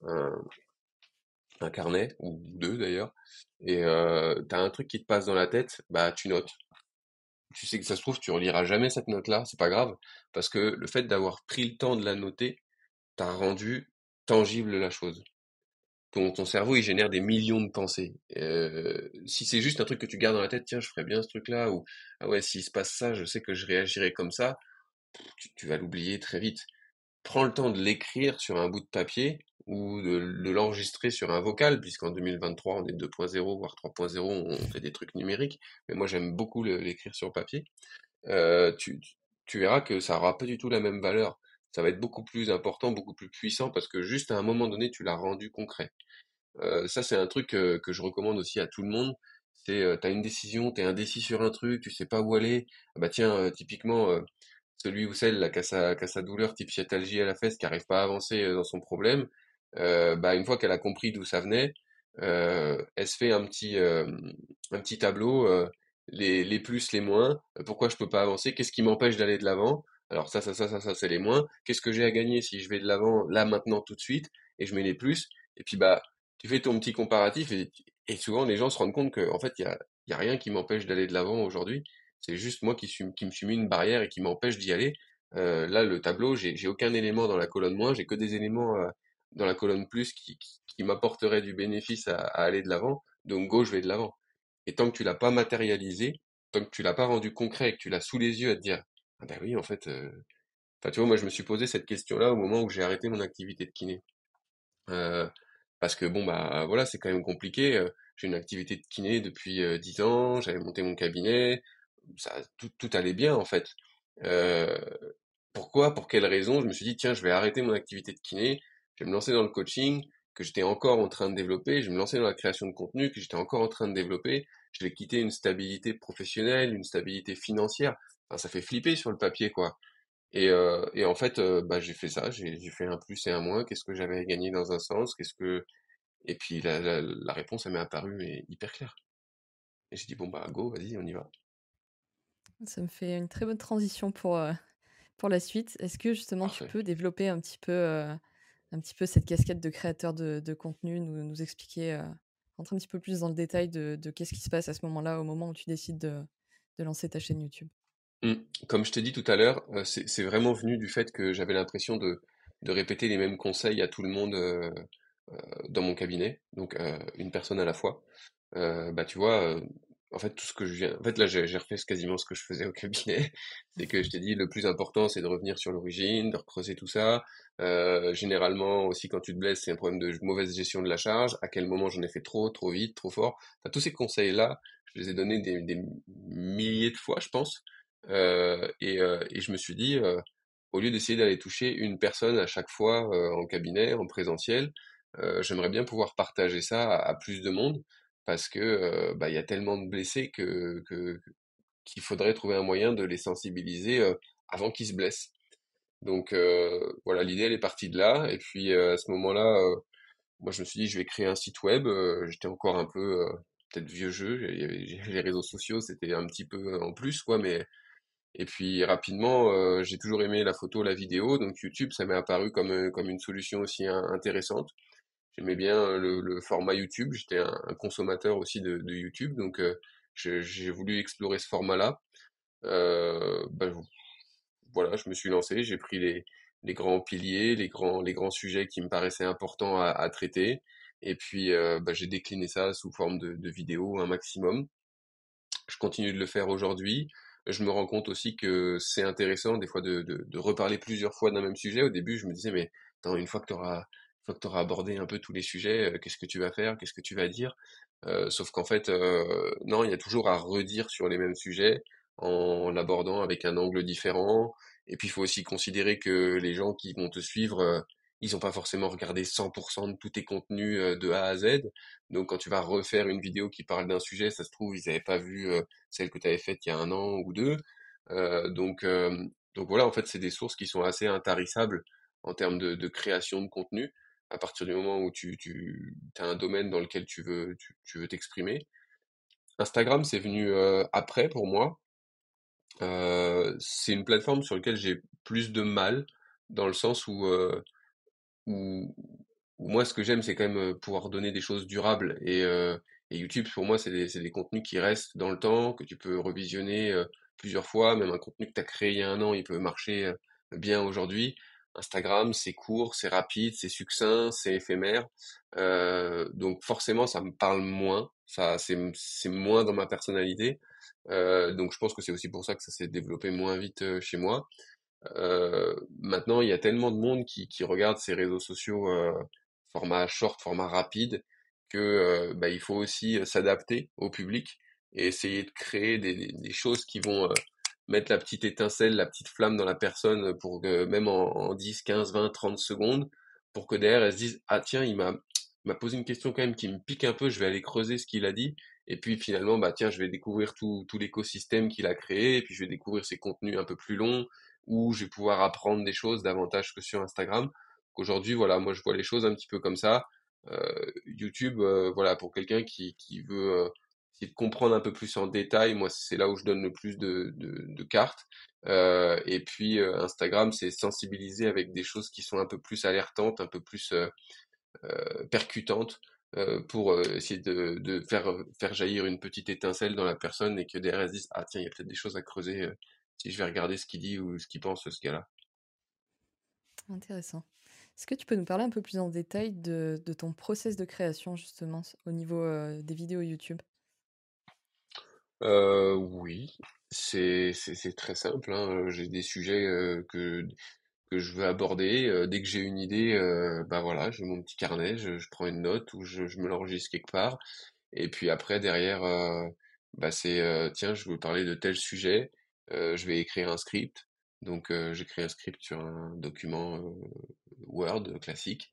un carnet, ou deux d'ailleurs, et t'as un truc qui te passe dans la tête, bah tu notes. Tu sais que ça se trouve, tu reliras jamais cette note-là, c'est pas grave, parce que le fait d'avoir pris le temps de la noter, t'a rendu tangible la chose. Ton cerveau, il génère des millions de pensées. Si c'est juste un truc que tu gardes dans la tête, tiens, je ferais bien ce truc-là, ou ah ouais, s'il se passe ça, je sais que je réagirais comme ça, tu vas l'oublier très vite. Prends le temps de l'écrire sur un bout de papier ou de l'enregistrer sur un vocal, puisqu'en 2023, on est 2.0, voire 3.0, on fait des trucs numériques, mais moi j'aime beaucoup l'écrire sur papier. Tu verras que ça aura pas du tout la même valeur. Ça va être beaucoup plus important, beaucoup plus puissant, parce que juste à un moment donné, tu l'as rendu concret. Ça, c'est un truc que je recommande aussi à tout le monde. C'est, t'as une décision, t'es indécis sur un truc, tu sais pas où aller. Ah bah tiens, typiquement, celui ou celle là, qui a sa douleur type sciatalgie à la fesse, qui arrive pas à avancer dans son problème, bah une fois qu'elle a compris d'où ça venait, elle se fait un petit tableau, les plus, les moins, pourquoi je peux pas avancer, qu'est-ce qui m'empêche d'aller de l'avant? Alors ça, c'est les moins. Qu'est-ce que j'ai à gagner si je vais de l'avant là maintenant tout de suite et je mets les plus? Et puis bah tu fais ton petit comparatif et souvent les gens se rendent compte que en fait il y a rien qui m'empêche d'aller de l'avant aujourd'hui. C'est juste moi qui me suis mis une barrière et qui m'empêche d'y aller. Là, le tableau, j'ai aucun élément dans la colonne moins, j'ai que des éléments dans la colonne plus qui m'apporteraient du bénéfice à aller de l'avant. Donc go, je vais de l'avant. Et tant que tu l'as pas matérialisé, tant que tu l'as pas rendu concret et que tu l'as sous les yeux à te dire, Ah bah oui, en fait, enfin, tu vois, moi, je me suis posé cette question-là au moment où j'ai arrêté mon activité de kiné. Euh, Parce que bon, bah voilà, c'est quand même compliqué. J'ai une activité de kiné depuis 10 ans, j'avais monté mon cabinet, tout allait bien en fait. Euh, Pourquoi, pour quelle raison? Je me suis dit, tiens, je vais arrêter mon activité de kiné, je vais me lancer dans le coaching que j'étais encore en train de développer, je vais me lancer dans la création de contenu que j'étais encore en train de développer, je vais quitter une stabilité professionnelle, une stabilité financière. Enfin, ça fait flipper sur le papier, quoi. Et en fait, bah, j'ai fait ça, j'ai fait un plus et un moins, qu'est-ce que j'avais gagné dans un sens, et puis la réponse, elle m'est apparue mais hyper claire. Et j'ai dit, bon bah go, vas-y, on y va. Ça me fait une très bonne transition pour la suite. Est-ce que justement tu Parfait. peux développer un petit peu cette casquette de créateur de contenu, nous expliquer, rentrer un petit peu plus dans le détail de qu'est-ce qui se passe à ce moment-là, au moment où tu décides de lancer ta chaîne YouTube? Mm. Comme je t'ai dit tout à l'heure, c'est vraiment venu du fait que j'avais l'impression de répéter les mêmes conseils à tout le monde dans mon cabinet, donc une personne à la fois. Bah tu vois, en fait tout ce que je viens, en fait là j'ai refait quasiment ce que je faisais au cabinet, c'est que je t'ai dit le plus important c'est de revenir sur l'origine, de recreuser tout ça. Généralement aussi quand tu te blesses c'est un problème de mauvaise gestion de la charge, à quel moment j'en ai fait trop, trop vite, trop fort. Enfin, tous ces conseils là, je les ai donnés des milliers de fois je pense. Et je me suis dit au lieu d'essayer d'aller toucher une personne à chaque fois en cabinet, en présentiel, j'aimerais bien pouvoir partager ça à plus de monde parce que bah, il y a tellement de blessés qu'il faudrait trouver un moyen de les sensibiliser avant qu'ils se blessent. Donc voilà, l'idée elle est partie de là. Et puis à ce moment-là, moi je me suis dit je vais créer un site web. J'étais encore un peu peut-être vieux jeu. Les réseaux sociaux c'était un petit peu en plus quoi, mais et puis rapidement j'ai toujours aimé la photo, la vidéo. Donc YouTube ça m'est apparu comme une solution aussi intéressante. J'aimais bien le format YouTube, j'étais un consommateur aussi de YouTube, donc j'ai voulu explorer ce format-là. Bah, voilà, je me suis lancé, j'ai pris les grands piliers, les grands sujets qui me paraissaient importants à traiter, et puis bah, j'ai décliné ça sous forme de vidéos un maximum. Je continue de le faire aujourd'hui. Je me rends compte aussi que c'est intéressant des fois de reparler plusieurs fois d'un même sujet. Au début, je me disais, mais attends, une fois que t'auras abordé un peu tous les sujets, qu'est-ce que tu vas faire, qu'est-ce que tu vas dire? Sauf qu'en fait, non, il y a toujours à redire sur les mêmes sujets en l'abordant avec un angle différent. Et puis, il faut aussi considérer que les gens qui vont te suivre, ils n'ont pas forcément regardé 100% de tous tes contenus de A à Z. Donc, quand tu vas refaire une vidéo qui parle d'un sujet, ça se trouve, ils n'avaient pas vu celle que tu avais faite il y a un an ou deux. Euh, donc, euh, donc voilà, en fait, c'est des sources qui sont assez intarissables en termes de création de contenu à partir du moment où tu as un domaine dans lequel tu veux t'exprimer. Instagram, c'est venu après pour moi. C'est une plateforme sur laquelle j'ai plus de mal, dans le sens où, où moi, ce que j'aime, c'est quand même pouvoir donner des choses durables. Et YouTube, pour moi, c'est des contenus qui restent dans le temps, que tu peux revisionner plusieurs fois. Même un contenu que tu as créé il y a un an, il peut marcher bien aujourd'hui. Instagram, c'est court, c'est rapide, c'est succinct, c'est éphémère. Donc forcément, ça me parle moins. C'est moins dans ma personnalité. Donc je pense que c'est aussi pour ça que ça s'est développé moins vite chez moi. Maintenant, il y a tellement de monde qui regarde ces réseaux sociaux format short, format rapide, que bah, il faut aussi s'adapter au public et essayer de créer des choses qui vont mettre la petite étincelle, la petite flamme dans la personne pour que même en 10, 15, 20, 30 secondes, pour que derrière elle se dise, ah tiens, il m'a posé une question quand même qui me pique un peu, je vais aller creuser ce qu'il a dit. Et puis finalement, bah tiens, je vais découvrir tout l'écosystème qu'il a créé, et puis je vais découvrir ses contenus un peu plus longs, où je vais pouvoir apprendre des choses davantage que sur Instagram. Aujourd'hui, voilà, moi je vois les choses un petit peu comme ça. YouTube, voilà, pour quelqu'un qui veut essayer de comprendre un peu plus en détail, moi c'est là où je donne le plus de cartes. Et puis Instagram, c'est sensibiliser avec des choses qui sont un peu plus alertantes, un peu plus percutantes, pour essayer de faire jaillir une petite étincelle dans la personne et que derrière elle se dise, ah tiens, il y a peut-être des choses à creuser si je vais regarder ce qu'il dit ou ce qu'il pense ce gars-là. Intéressant. Est-ce que tu peux nous parler un peu plus en détail de ton process de création, justement, au niveau des vidéos YouTube? Oui, c'est très simple, hein. J'ai des sujets que je veux aborder. Dès que j'ai une idée, bah voilà, j'ai mon petit carnet, je prends une note ou je me l'enregistre quelque part. Et puis après, derrière, bah c'est tiens, je veux parler de tel sujet, je vais écrire un script. Donc j'écris un script sur un document Word classique.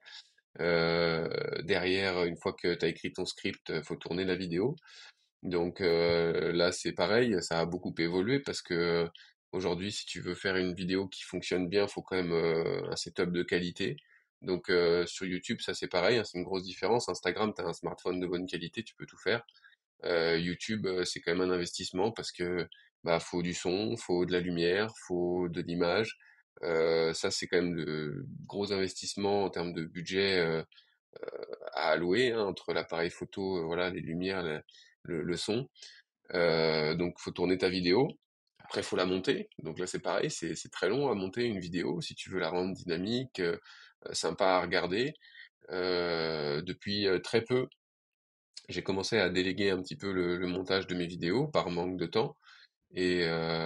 Derrière, une fois que tu as écrit ton script, faut tourner la vidéo. Donc là, c'est pareil, ça a beaucoup évolué parce que aujourd'hui, si tu veux faire une vidéo qui fonctionne bien, faut quand même un setup de qualité. Donc sur YouTube, ça c'est pareil, hein, c'est une grosse différence. Instagram, tu as un smartphone de bonne qualité, tu peux tout faire. YouTube, c'est quand même un investissement parce que bah faut du son, faut de la lumière, faut de l'image. Ça, c'est quand même de gros investissements en termes de budget à allouer hein, entre l'appareil photo, voilà, les lumières, le son. Donc, faut tourner ta vidéo. Après, faut la monter. Donc là, c'est pareil, c'est très long à monter une vidéo si tu veux la rendre dynamique, sympa à regarder. Depuis très peu, j'ai commencé à déléguer un petit peu le montage de mes vidéos par manque de temps. Et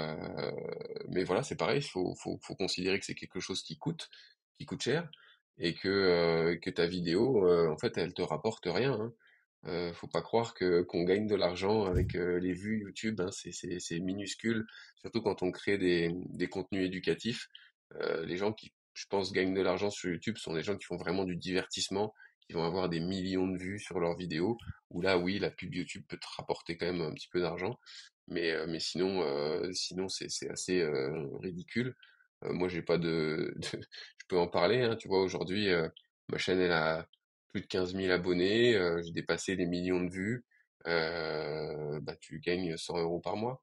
mais voilà, c'est pareil, faut considérer que c'est quelque chose qui coûte cher, et que ta vidéo, en fait, elle te rapporte rien, hein. Faut pas croire que qu'on gagne de l'argent avec les vues YouTube, hein, c'est minuscule, surtout quand on crée des contenus éducatifs. Les gens qui, je pense, gagnent de l'argent sur YouTube sont des gens qui font vraiment du divertissement, qui vont avoir des millions de vues sur leurs vidéos, où là, oui, la pub YouTube peut te rapporter quand même un petit peu d'argent, mais sinon, sinon c'est assez ridicule. Moi, j'ai pas je peux en parler, hein, tu vois, aujourd'hui, ma chaîne, elle a plus de 15 000 abonnés, j'ai dépassé les millions de vues, bah, tu gagnes 100 euros par mois.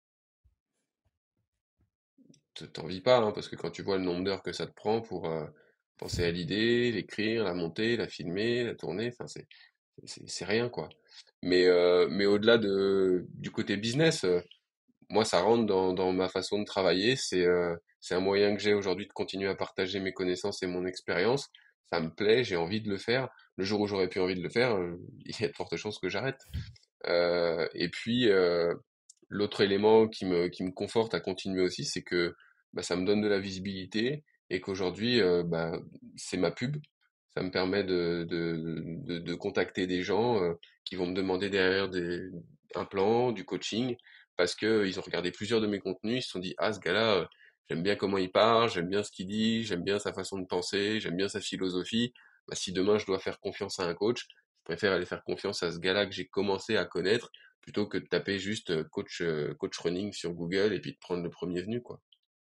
T'en vis pas, hein, parce que quand tu vois le nombre d'heures que ça te prend pour penser à l'idée, l'écrire, la monter, la filmer, la tourner, enfin, c'est rien, quoi. Mais au-delà du côté business, moi, ça rentre dans ma façon de travailler. C'est un moyen que j'ai aujourd'hui de continuer à partager mes connaissances et mon expérience. Ça me plaît, j'ai envie de le faire. Le jour où j'aurais plus envie de le faire, il y a de fortes chances que j'arrête. Et puis, l'autre élément qui me conforte à continuer aussi, c'est que bah, ça me donne de la visibilité et qu'aujourd'hui, bah, c'est ma pub. Ça me permet de contacter des gens qui vont me demander derrière un plan, du coaching, parce que ils ont regardé plusieurs de mes contenus, ils se sont dit, ah, ce gars-là, j'aime bien comment il parle, j'aime bien ce qu'il dit, j'aime bien sa façon de penser, j'aime bien sa philosophie. Bah, si demain je dois faire confiance à un coach, je préfère aller faire confiance à ce gars-là que j'ai commencé à connaître plutôt que de taper juste coach running sur Google et puis de prendre le premier venu, quoi.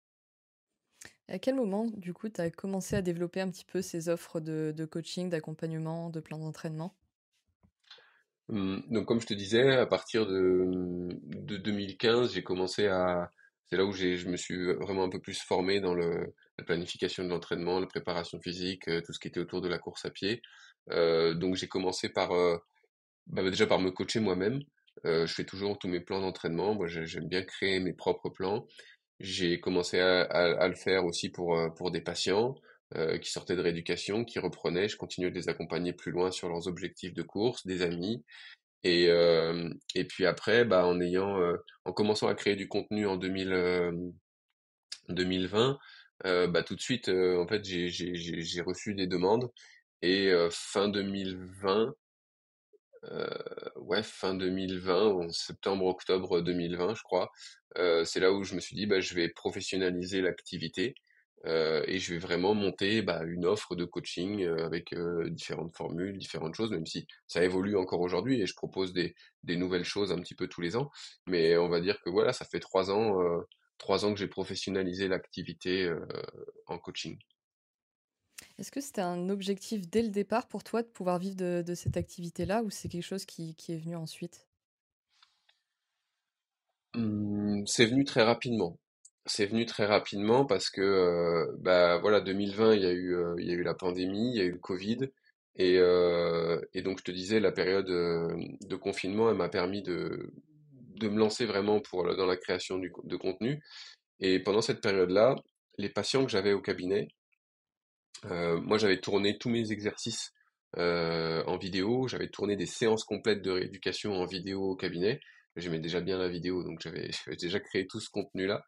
À quel moment, du coup, tu as commencé à développer un petit peu ces offres de coaching, d'accompagnement, de plan d'entraînement? Donc comme je te disais, à partir de 2015, j'ai commencé à... C'est là où je me suis vraiment un peu plus formé dans la planification de l'entraînement, la préparation physique, tout ce qui était autour de la course à pied. Donc j'ai commencé par bah, déjà par me coacher moi-même. Je fais toujours tous mes plans d'entraînement. Moi, j'aime bien créer mes propres plans. J'ai commencé à le faire aussi pour des patients qui sortaient de rééducation, qui reprenaient. Je continuais de les accompagner plus loin sur leurs objectifs de course, des amis. Et puis après, bah, en commençant à créer du contenu en 2020, bah, tout de suite, en fait, j'ai reçu des demandes. Et fin 2020, euh, ouais, fin 2020, en septembre-octobre 2020, je crois, c'est là où je me suis dit, bah, je vais professionnaliser l'activité et je vais vraiment monter bah, une offre de coaching avec différentes formules, différentes choses, même si ça évolue encore aujourd'hui et je propose des nouvelles choses un petit peu tous les ans. Mais on va dire que voilà, ça fait 3 ans que j'ai professionnalisé l'activité en coaching. Est-ce que c'était un objectif dès le départ pour toi de pouvoir vivre de cette activité-là ou c'est quelque chose qui est venu ensuite? C'est venu très rapidement. C'est venu très rapidement parce que bah voilà 2020 il y a eu la pandémie, il y a eu le Covid et donc je te disais la période de confinement elle m'a permis de me lancer vraiment dans la création de contenu et pendant cette période-là les patients que j'avais au cabinet moi j'avais tourné tous mes exercices en vidéo, j'avais tourné des séances complètes de rééducation en vidéo au cabinet J'aimais déjà bien la vidéo, donc j'avais déjà créé tout ce contenu-là.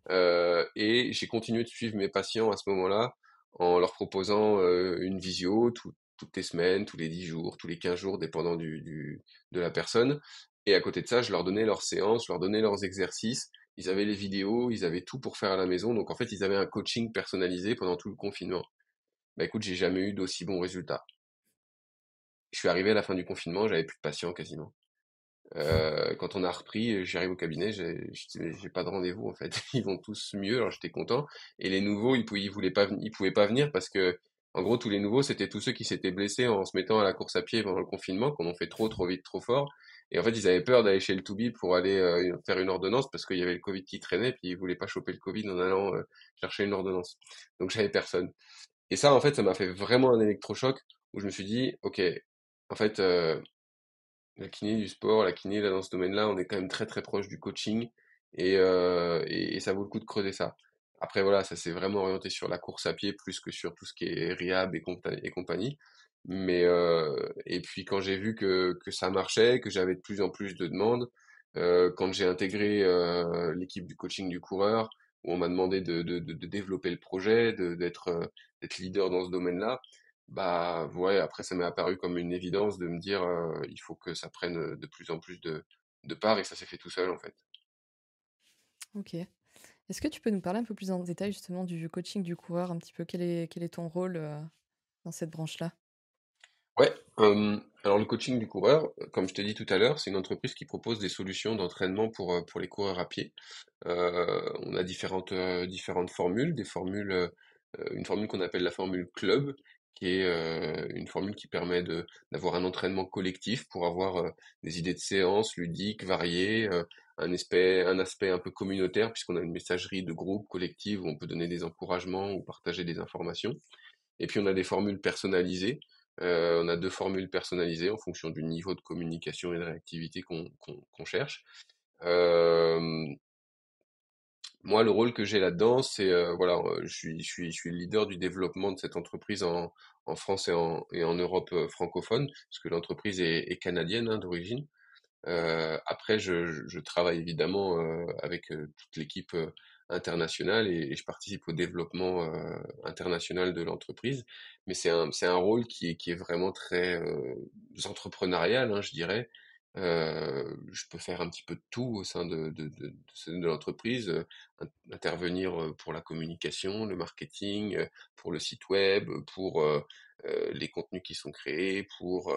Et j'ai continué de suivre mes patients à ce moment-là en leur proposant une visio toutes les semaines, tous les 10 jours, tous les 15 jours, dépendant de la personne. Et à côté de ça, je leur donnais leurs séances, je leur donnais leurs exercices. Ils avaient les vidéos, ils avaient tout pour faire à la maison. Donc en fait, ils avaient un coaching personnalisé pendant tout le confinement. Bah écoute, j'ai jamais eu d'aussi bons résultats. Je suis arrivé à la fin du confinement, j'avais plus de patients quasiment. Quand on a repris, j'arrive au cabinet, j'ai pas de rendez-vous en fait. Ils vont tous mieux, alors j'étais content. Et les nouveaux, ils pouvaient pas venir parce que, en gros, tous les nouveaux, c'était tous ceux qui s'étaient blessés en se mettant à la course à pied pendant le confinement, qu'on en fait trop vite, trop fort. Et en fait, ils avaient peur d'aller chez le Toubib pour aller faire une ordonnance parce qu'il y avait le Covid qui traînait, puis ils voulaient pas choper le Covid en allant chercher une ordonnance. Donc j'avais personne. Et ça, en fait, ça m'a fait vraiment un électrochoc où je me suis dit, ok, en fait, la kiné du sport, la kiné là dans ce domaine-là, on est quand même très proche du coaching et ça vaut le coup de creuser ça. Après voilà, ça s'est vraiment orienté sur la course à pied plus que sur tout ce qui est rehab et compagnie. Mais et puis quand j'ai vu que ça marchait, que j'avais de plus en plus de demandes, quand j'ai intégré l'équipe du coaching du coureur, où on m'a demandé de développer le projet, d'être leader dans ce domaine-là, bah ouais, après ça m'est apparu comme une évidence de me dire il faut que ça prenne de plus en plus de part et ça s'est fait tout seul en fait. Ok. Est-ce que tu peux nous parler un peu plus en détail justement du coaching du coureur, un petit peu quel est ton rôle dans cette branche-là? Ouais, alors le coaching du coureur, comme je t'ai dit tout à l'heure, c'est une entreprise qui propose des solutions d'entraînement pour les coureurs à pied. On a différentes formules, une formule qu'on appelle la formule club, qui est une formule qui permet d'avoir un entraînement collectif pour avoir des idées de séances ludiques, variées, un aspect un peu communautaire, puisqu'on a une messagerie de groupe collective où on peut donner des encouragements ou partager des informations. Et puis on a des formules personnalisées. On a deux formules personnalisées en fonction du niveau de communication et de réactivité qu'on cherche. Euh, Moi, le rôle que j'ai là-dedans, c'est voilà, je suis le leader du développement de cette entreprise en France et en Europe francophone, parce que l'entreprise est canadienne hein, d'origine. Après, je travaille évidemment avec toute l'équipe internationale et je participe au développement international de l'entreprise. Mais c'est un rôle qui est vraiment très entrepreneurial, hein, je dirais. Je peux faire un petit peu de tout au sein de l'entreprise, intervenir pour la communication, le marketing, pour le site web, pour les contenus qui sont créés, pour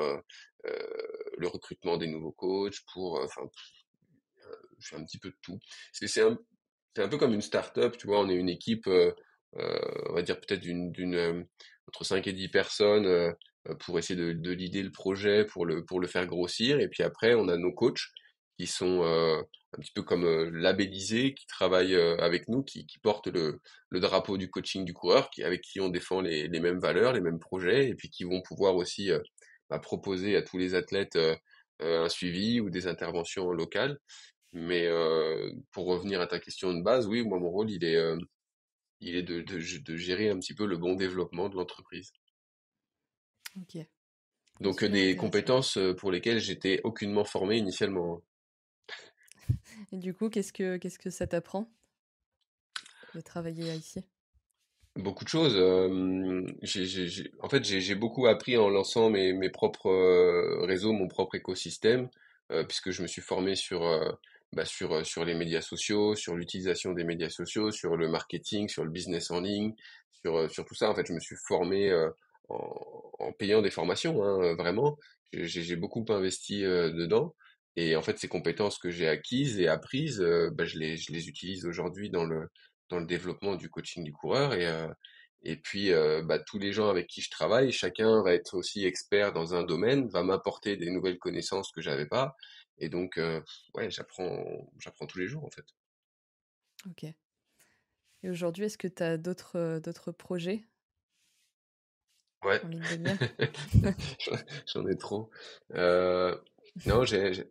le recrutement des nouveaux coachs, enfin, je fais un petit peu de tout. Parce que c'est un peu comme une start-up, tu vois, on est une équipe, on va dire peut-être entre 5 et 10 personnes pour essayer de leader le projet, pour le faire grossir. Et puis après, on a nos coachs qui sont un petit peu comme labellisés, qui travaillent avec nous, qui portent le drapeau du coaching du coureur, avec qui on défend les mêmes valeurs, les mêmes projets, et puis qui vont pouvoir aussi proposer à tous les athlètes un suivi ou des interventions locales. Mais pour revenir à ta question de base, oui, moi mon rôle il est de gérer un petit peu le bon développement de l'entreprise. Ok, Donc super des intéressant. compétences pour lesquelles j'étais aucunement formé initialement. Et du coup, qu'est-ce que ça t'apprend de travailler ici? Beaucoup de choses. En fait, j'ai beaucoup appris en lançant mes propres réseaux, mon propre écosystème, puisque je me suis formé sur les médias sociaux, sur l'utilisation des médias sociaux, sur le marketing, sur le business en ligne, sur tout ça. En fait, je me suis formé en payant des formations, hein, vraiment. J'ai beaucoup investi dedans. Et en fait, ces compétences que j'ai acquises et apprises, je les utilise aujourd'hui dans le développement du coaching du coureur et puis tous les gens avec qui je travaille, chacun va être aussi expert dans un domaine, va m'apporter des nouvelles connaissances que j'avais pas et donc ouais, j'apprends tous les jours en fait. Ok. Et aujourd'hui, est-ce que tu as d'autres projets Ouais, en ligne de mire? j'en j'en ai trop. Euh, non,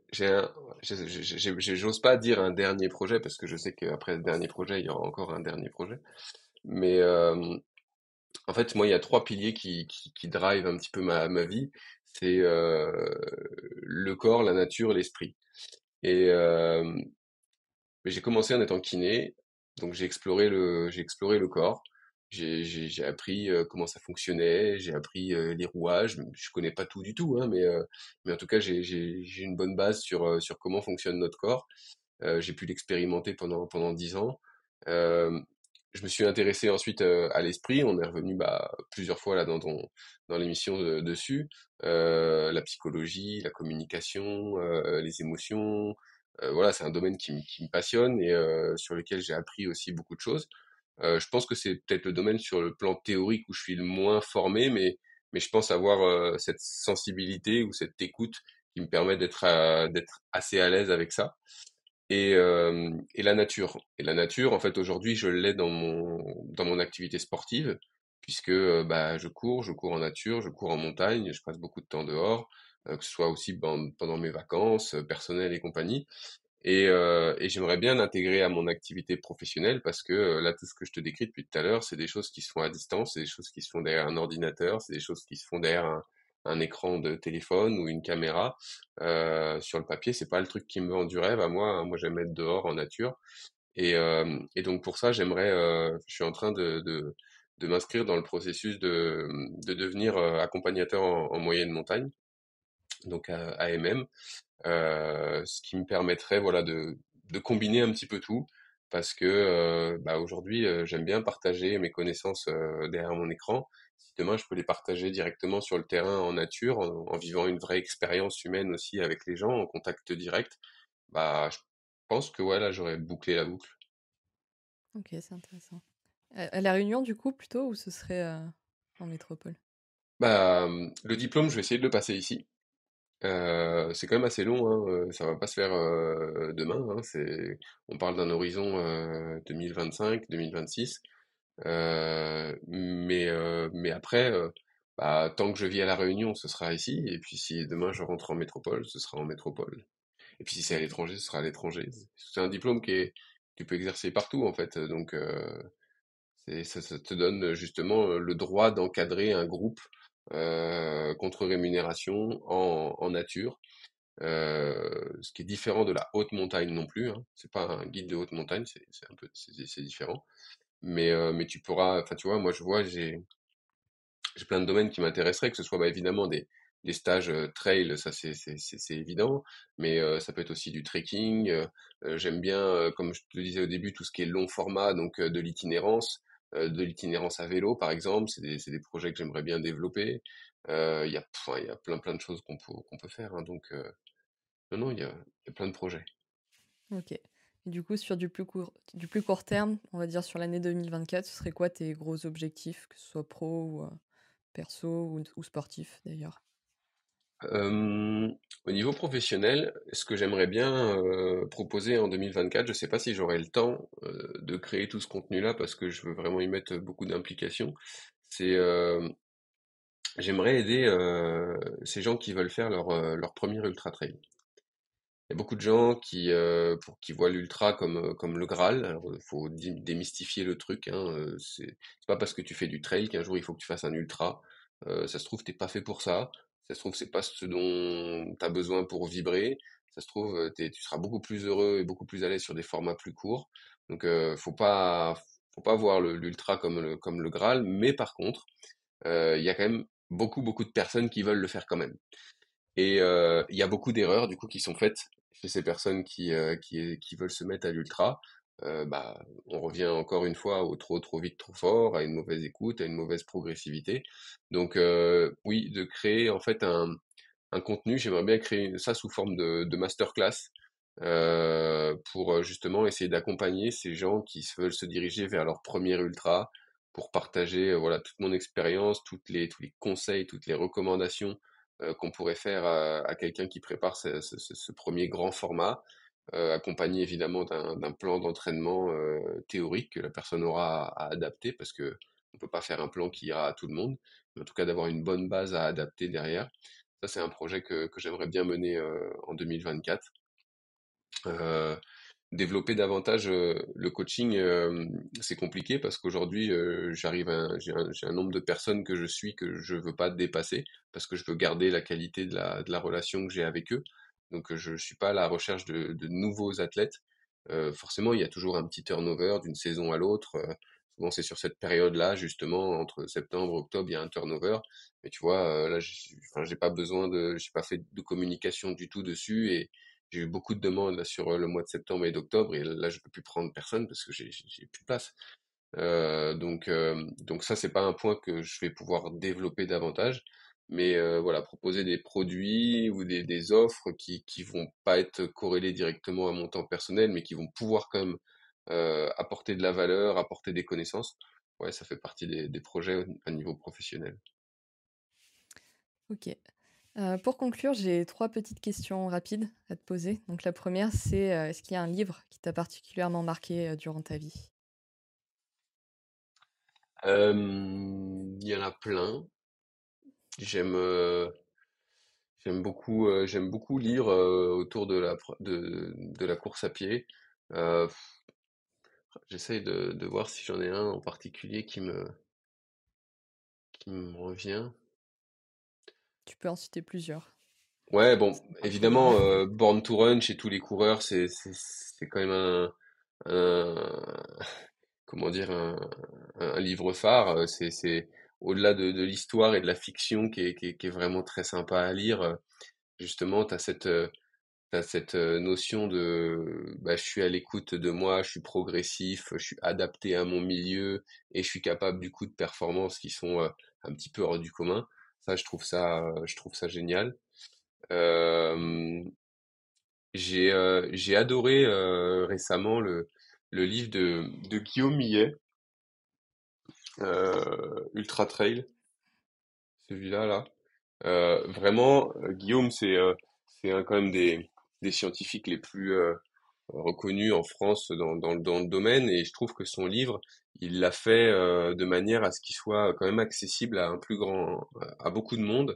j'ose pas dire un dernier projet parce que je sais qu'après le dernier projet, il y aura encore un dernier projet. Mais en fait, moi, il y a trois piliers qui drive un petit peu ma vie. C'est le corps, la nature, l'esprit. Et mais j'ai commencé en étant kiné, donc j'ai exploré le corps. J'ai appris comment ça fonctionnait, j'ai appris les rouages. Je connais pas tout du tout, hein, mais en tout cas j'ai une bonne base sur comment fonctionne notre corps. J'ai pu l'expérimenter pendant 10 ans. Euh, je me suis intéressé ensuite à l'esprit. On est revenu plusieurs fois là dans l'émission dessus. La psychologie, la communication, les émotions. Voilà, c'est un domaine qui me passionne et sur lequel j'ai appris aussi beaucoup de choses. Je pense que c'est peut-être le domaine sur le plan théorique où je suis le moins formé, mais je pense avoir cette sensibilité ou cette écoute qui me permet d'être assez à l'aise avec ça. Et la nature. Et la nature, en fait, aujourd'hui, je l'ai dans mon activité sportive, puisque je cours en nature, je cours en montagne, je passe beaucoup de temps dehors, que ce soit aussi pendant mes vacances personnelles et compagnie. Et j'aimerais bien l'intégrer à mon activité professionnelle parce que là, tout ce que je te décris depuis tout à l'heure, c'est des choses qui se font à distance, c'est des choses qui se font derrière un ordinateur, c'est des choses qui se font derrière un écran de téléphone ou une caméra. Sur le papier, c'est pas le truc qui me vend du rêve à moi, hein. Moi, j'aime être dehors en nature. Et donc pour ça, je suis en train de m'inscrire dans le processus de devenir accompagnateur en moyenne montagne, donc à AMM, ce qui me permettrait voilà de combiner un petit peu tout parce que aujourd'hui j'aime bien partager mes connaissances derrière mon écran. Si demain je peux les partager directement sur le terrain en nature, en vivant une vraie expérience humaine aussi avec les gens, en contact direct, je pense que voilà, j'aurais bouclé la boucle. Ok, c'est intéressant. À La Réunion, du coup, plutôt, ou ce serait en métropole? Le diplôme, je vais essayer de le passer ici. C'est quand même assez long, hein, ça va pas se faire demain, hein, on parle d'un horizon 2025-2026. Mais après, tant que je vis à La Réunion, ce sera ici. Et puis si demain je rentre en métropole, ce sera en métropole. Et puis si c'est à Ok. l'étranger, ce sera à l'étranger. C'est un diplôme que tu peux exercer partout en fait. Donc ça te donne justement le droit d'encadrer un groupe contre rémunération en nature. Ce qui est différent de la haute montagne non plus, hein. C'est pas un guide de haute montagne, c'est différent. Mais tu pourras, enfin tu vois, moi je vois, j'ai plein de domaines qui m'intéresseraient, que ce soit évidemment des stages trail, ça c'est évident, mais ça peut être aussi du trekking. J'aime bien, comme je te le disais au début, tout ce qui est long format, donc de l'itinérance à vélo par exemple, c'est des projets que j'aimerais bien développer. Il y a plein de choses qu'on peut faire, hein, donc non, non, il y a plein de projets. Ok. Et du coup, sur du plus court terme, on va dire sur l'année 2024, ce serait quoi tes gros objectifs, que ce soit pro ou perso ou sportif d'ailleurs? Euh, Au niveau professionnel, ce que j'aimerais bien proposer en 2024, je ne sais pas si j'aurai le temps de créer tout ce contenu-là parce que je veux vraiment y mettre beaucoup d'implication. C'est J'aimerais aider ces gens qui veulent faire leur premier ultra trail. Il y a beaucoup de gens qui voient l'ultra comme le Graal. Alors, il faut démystifier le truc, hein. C'est pas parce que tu fais du trail qu'un jour il faut que tu fasses un ultra. Ça se trouve, t'es pas fait pour ça. Ça se trouve, c'est pas ce dont tu as besoin pour vibrer. Ça se trouve, tu seras beaucoup plus heureux et beaucoup plus à l'aise sur des formats plus courts. Donc, faut pas voir l'ultra comme le Graal. Mais par contre, il y a quand même beaucoup de personnes qui veulent le faire quand même. Et il y a beaucoup d'erreurs du coup qui sont faites chez ces personnes qui veulent se mettre à l'ultra. On revient encore une fois au trop vite, trop fort, à une mauvaise écoute, à une mauvaise progressivité. Donc oui, de créer en fait un contenu, j'aimerais bien créer ça sous forme de masterclass pour justement essayer d'accompagner ces gens qui veulent se diriger vers leur premier ultra, pour partager voilà toute mon expérience, tous les conseils, toutes les recommandations qu'on pourrait faire à quelqu'un qui prépare ce premier grand format, accompagné évidemment d'un plan d'entraînement théorique que la personne aura à adapter, parce que on peut pas faire un plan qui ira à tout le monde, mais en tout cas d'avoir une bonne base à adapter derrière. Ça, c'est un projet que j'aimerais bien mener en 2024. Euh, Développer davantage le coaching, c'est compliqué parce qu'aujourd'hui, j'ai un nombre de personnes que je suis que je veux pas dépasser parce que je veux garder la qualité de la relation que j'ai avec eux. Donc je suis pas à la recherche de nouveaux athlètes. Forcément, il y a toujours un petit turnover d'une saison à l'autre. Souvent, c'est sur cette période-là, justement, entre septembre et octobre, il y a un turnover. Mais tu vois, là, enfin, j'ai pas besoin j'ai pas fait de communication du tout dessus et j'ai eu beaucoup de demandes là, sur le mois de septembre et d'octobre et là, je peux plus prendre personne parce que j'ai plus de place. Donc ça, c'est pas un point que je vais pouvoir développer davantage. Mais voilà, proposer des produits ou des offres qui vont pas être corrélées directement à mon temps personnel, mais qui vont pouvoir quand même apporter de la valeur, apporter des connaissances. Ouais, ça fait partie des projets à niveau professionnel. Ok. Pour conclure, j'ai 3 petites questions rapides à te poser. Donc la première, c'est, est-ce qu'il y a un livre qui t'a particulièrement marqué, durant ta vie? Il y en a plein. J'aime j'aime beaucoup lire autour de la course à pied. Euh, J'essaye de voir si j'en ai un en particulier qui me revient. Tu peux en citer plusieurs, Ouais, bon, c'est pas un problème. évidemment, Born to Run chez tous les coureurs, c'est quand même un- comment dire, un livre phare. C'est au-delà de l'histoire et de la fiction qui est vraiment très sympa à lire. Justement, t'as cette notion de bah, je suis à l'écoute de moi, je suis progressif, je suis adapté à mon milieu et je suis capable du coup de performances qui sont un petit peu hors du commun. Ça, je trouve ça génial. Euh, j'ai adoré récemment le livre de Guillaume Millet, Ultra Trail, celui-là là. Vraiment, Guillaume, c'est quand même des scientifiques les plus reconnu en France dans le domaine et je trouve que son livre, il l'a fait de manière à ce qu'il soit quand même accessible à un plus grand, à beaucoup de monde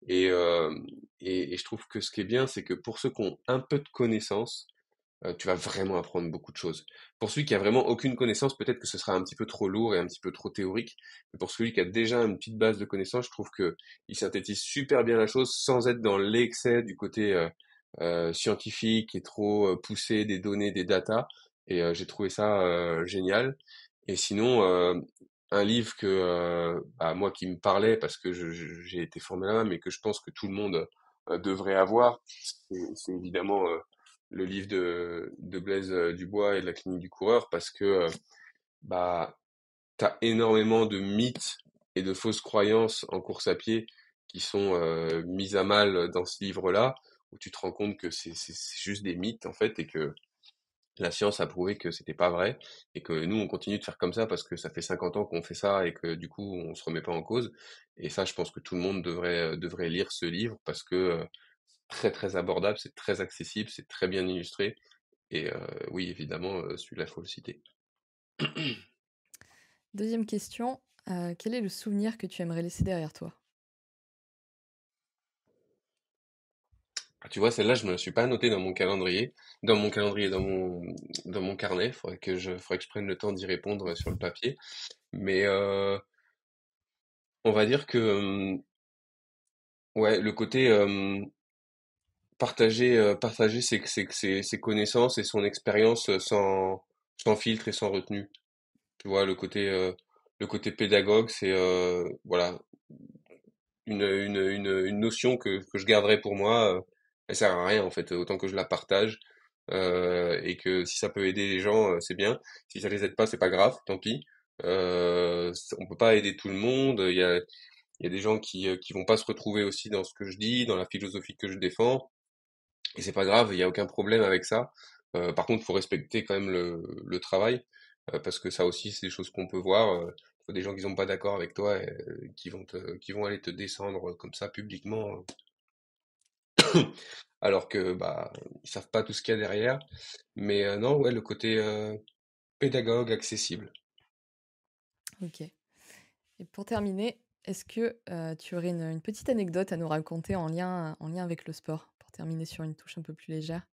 et je trouve que ce qui est bien, c'est que pour ceux qui ont un peu de connaissances, tu vas vraiment apprendre beaucoup de choses. Pour celui qui a vraiment aucune connaissance, peut-être que ce sera un petit peu trop lourd et un petit peu trop théorique. Mais pour celui qui a déjà une petite base de connaissances, je trouve que il synthétise super bien la chose sans être dans l'excès du côté scientifique et trop poussé des données, des datas. Et j'ai trouvé ça génial. Et sinon, un livre que bah, moi qui me parlait parce que j'ai été formé là-bas, mais que je pense que tout le monde devrait avoir, c'est évidemment le livre de Blaise Dubois et de la clinique du coureur parce que bah t'as énormément de mythes et de fausses croyances en course à pied qui sont mises à mal dans ce livre-là où tu te rends compte que c'est juste des mythes en fait et que la science a prouvé que c'était pas vrai et que nous on continue de faire comme ça parce que ça fait 50 ans qu'on fait ça et que du coup on se remet pas en cause et ça je pense que tout le monde devrait lire ce livre parce que très très abordable, c'est très accessible, c'est très bien illustré et oui, évidemment, celui-là, faut le citer. Deuxième question, quel est le souvenir que tu aimerais laisser derrière toi? Ah, tu vois, celle-là, je me la suis pas notée dans mon carnet. Faudrait que je prenne le temps d'y répondre sur le papier. Mais on va dire que, ouais, le côté partager ses connaissances et son expérience sans filtre et sans retenue. Tu vois, le côté pédagogue, c'est voilà, une notion que je garderai pour moi. Elle sert à rien en fait, autant que je la partage et que si ça peut aider les gens, c'est bien. Si ça les aide pas, c'est pas grave, tant pis. On peut pas aider tout le monde. Il y a des gens qui vont pas se retrouver aussi dans ce que je dis, dans la philosophie que je défends, et c'est pas grave. Il y a aucun problème avec ça. Par contre, faut respecter quand même le travail parce que ça aussi, c'est des choses qu'on peut voir. Faut des gens qui sont pas d'accord avec toi et qui vont aller te descendre comme ça publiquement, alors que bah ils savent pas tout ce qu'il y a derrière. Mais non, ouais, le côté pédagogue, accessible. Ok. Et pour terminer, est-ce que tu aurais une petite anecdote à nous raconter en lien avec le sport, pour terminer sur une touche un peu plus légère?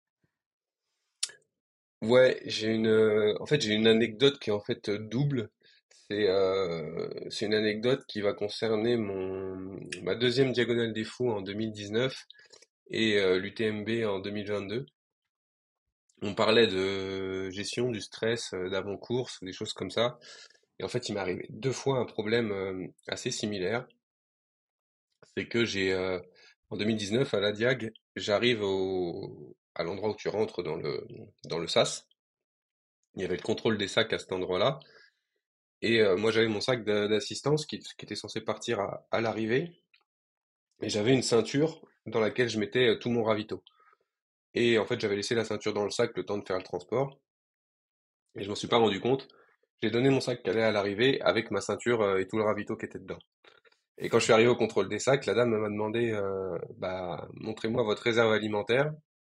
Ouais, en fait, j'ai une anecdote qui est en fait double. C'est une anecdote qui va concerner ma deuxième diagonale des fous en 2019. et l'UTMB en 2022. On parlait de gestion du stress d'avant-course, des choses comme ça. Et en fait, il m'est arrivé 2 fois un problème assez similaire. C'est que en 2019, à la Diag, j'arrive à l'endroit où tu rentres dans le sas. Il y avait le contrôle des sacs à cet endroit-là. Et moi, j'avais mon sac d'assistance qui était censé partir à l'arrivée. Et j'avais une ceinture dans laquelle je mettais tout mon ravito. Et en fait, j'avais laissé la ceinture dans le sac le temps de faire le transport. Et je m'en suis pas rendu compte. J'ai donné mon sac qui allait à l'arrivée avec ma ceinture et tout le ravito qui était dedans. Et quand je suis arrivé au contrôle des sacs, la dame m'a demandé, bah, montrez-moi votre réserve alimentaire.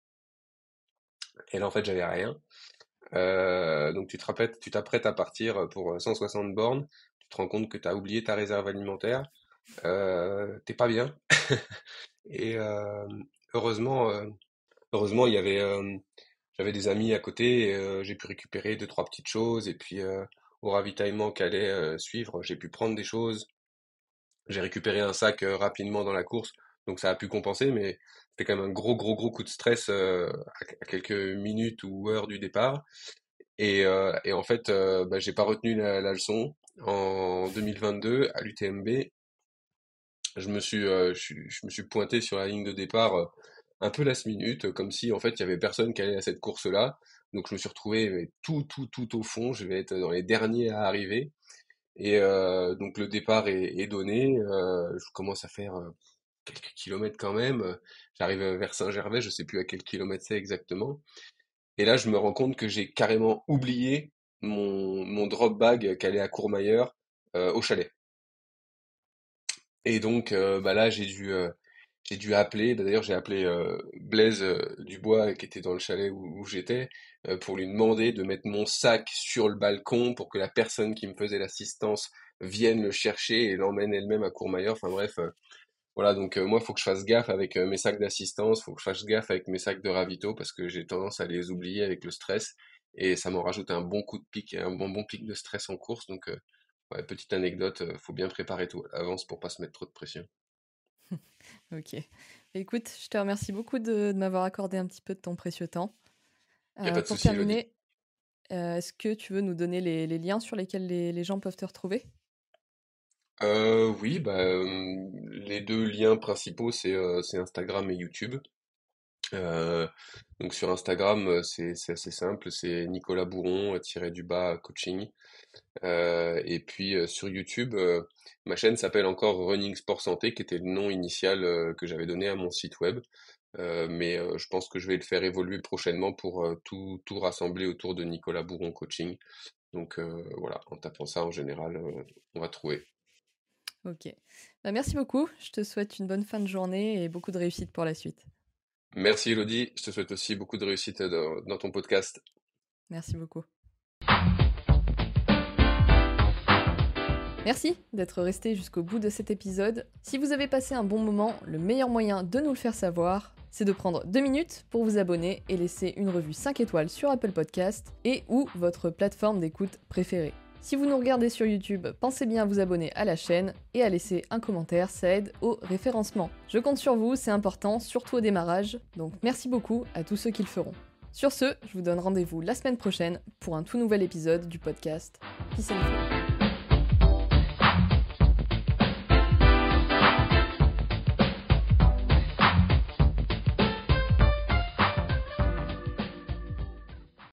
Et là, en fait, j'avais rien. Donc tu t'apprêtes à partir pour 160 bornes. Tu te rends compte que tu as oublié ta réserve alimentaire. T'es pas bien. Et heureusement, heureusement, j'avais des amis à côté. Et, j'ai pu récupérer deux, trois petites choses. Et puis au ravitaillement qu'allait suivre, j'ai pu prendre des choses. J'ai récupéré un sac rapidement dans la course, donc ça a pu compenser, mais c'était quand même un gros, gros, gros coup de stress à quelques minutes ou heures du départ. Et en fait, bah, j'ai pas retenu la leçon. En 2022, à l'UTMB, je me suis pointé sur la ligne de départ un peu last minute, comme si en fait il y avait personne qui allait à cette course-là. Donc je me suis retrouvé mais, tout au fond. Je vais être dans les derniers à arriver. Et donc le départ est donné. Je commence à faire quelques kilomètres quand même. J'arrive vers Saint-Gervais, je sais plus à quel kilomètre c'est exactement. Et là, je me rends compte que j'ai carrément oublié mon drop bag qui allait à Courmayeur au chalet. Et donc bah là, j'ai dû appeler. D'ailleurs, j'ai appelé Blaise Dubois qui était dans le chalet où j'étais pour lui demander de mettre mon sac sur le balcon pour que la personne qui me faisait l'assistance vienne le chercher et l'emmène elle-même à Courmayeur. Enfin bref, voilà. Donc moi, il faut que je fasse gaffe avec mes sacs d'assistance, faut que je fasse gaffe avec mes sacs de ravito parce que j'ai tendance à les oublier avec le stress et ça m'en rajoute un bon coup de pic, un bon pic de stress en course. Donc ouais, petite anecdote, faut bien préparer tout à l'avance pour pas se mettre trop de pression. Ok. Écoute, je te remercie beaucoup de m'avoir accordé un petit peu de ton précieux temps. Y a pas de Pour souci, Elodie. terminer, est-ce que tu veux nous donner les liens sur lesquels les gens peuvent te retrouver? Oui, bah, les deux liens principaux, c'est Instagram et YouTube. Euh, donc sur Instagram, c'est assez simple, c'est Nicolas Bourron, tiré du bas coaching. Et puis sur YouTube, ma chaîne s'appelle encore Running Sport Santé, qui était le nom initial que j'avais donné à mon site web. Mais je pense que je vais le faire évoluer prochainement pour tout rassembler autour de Nicolas Bourron Coaching. Donc voilà, en tapant ça en général, on va trouver. Ok. Bah, merci beaucoup. Je te souhaite une bonne fin de journée et beaucoup de réussite pour la suite. Merci Elodie, je te souhaite aussi beaucoup de réussite dans ton podcast. Merci beaucoup. Merci d'être resté jusqu'au bout de cet épisode. Si vous avez passé un bon moment, le meilleur moyen de nous le faire savoir, c'est de prendre 2 minutes pour vous abonner et laisser une revue 5 étoiles sur Apple Podcast et ou votre plateforme d'écoute préférée. Si vous nous regardez sur YouTube, pensez bien à vous abonner à la chaîne et à laisser un commentaire, ça aide au référencement. Je compte sur vous, c'est important, surtout au démarrage, donc merci beaucoup à tous ceux qui le feront. Sur ce, je vous donne rendez-vous la semaine prochaine pour un tout nouvel épisode du podcast Peace and Flow.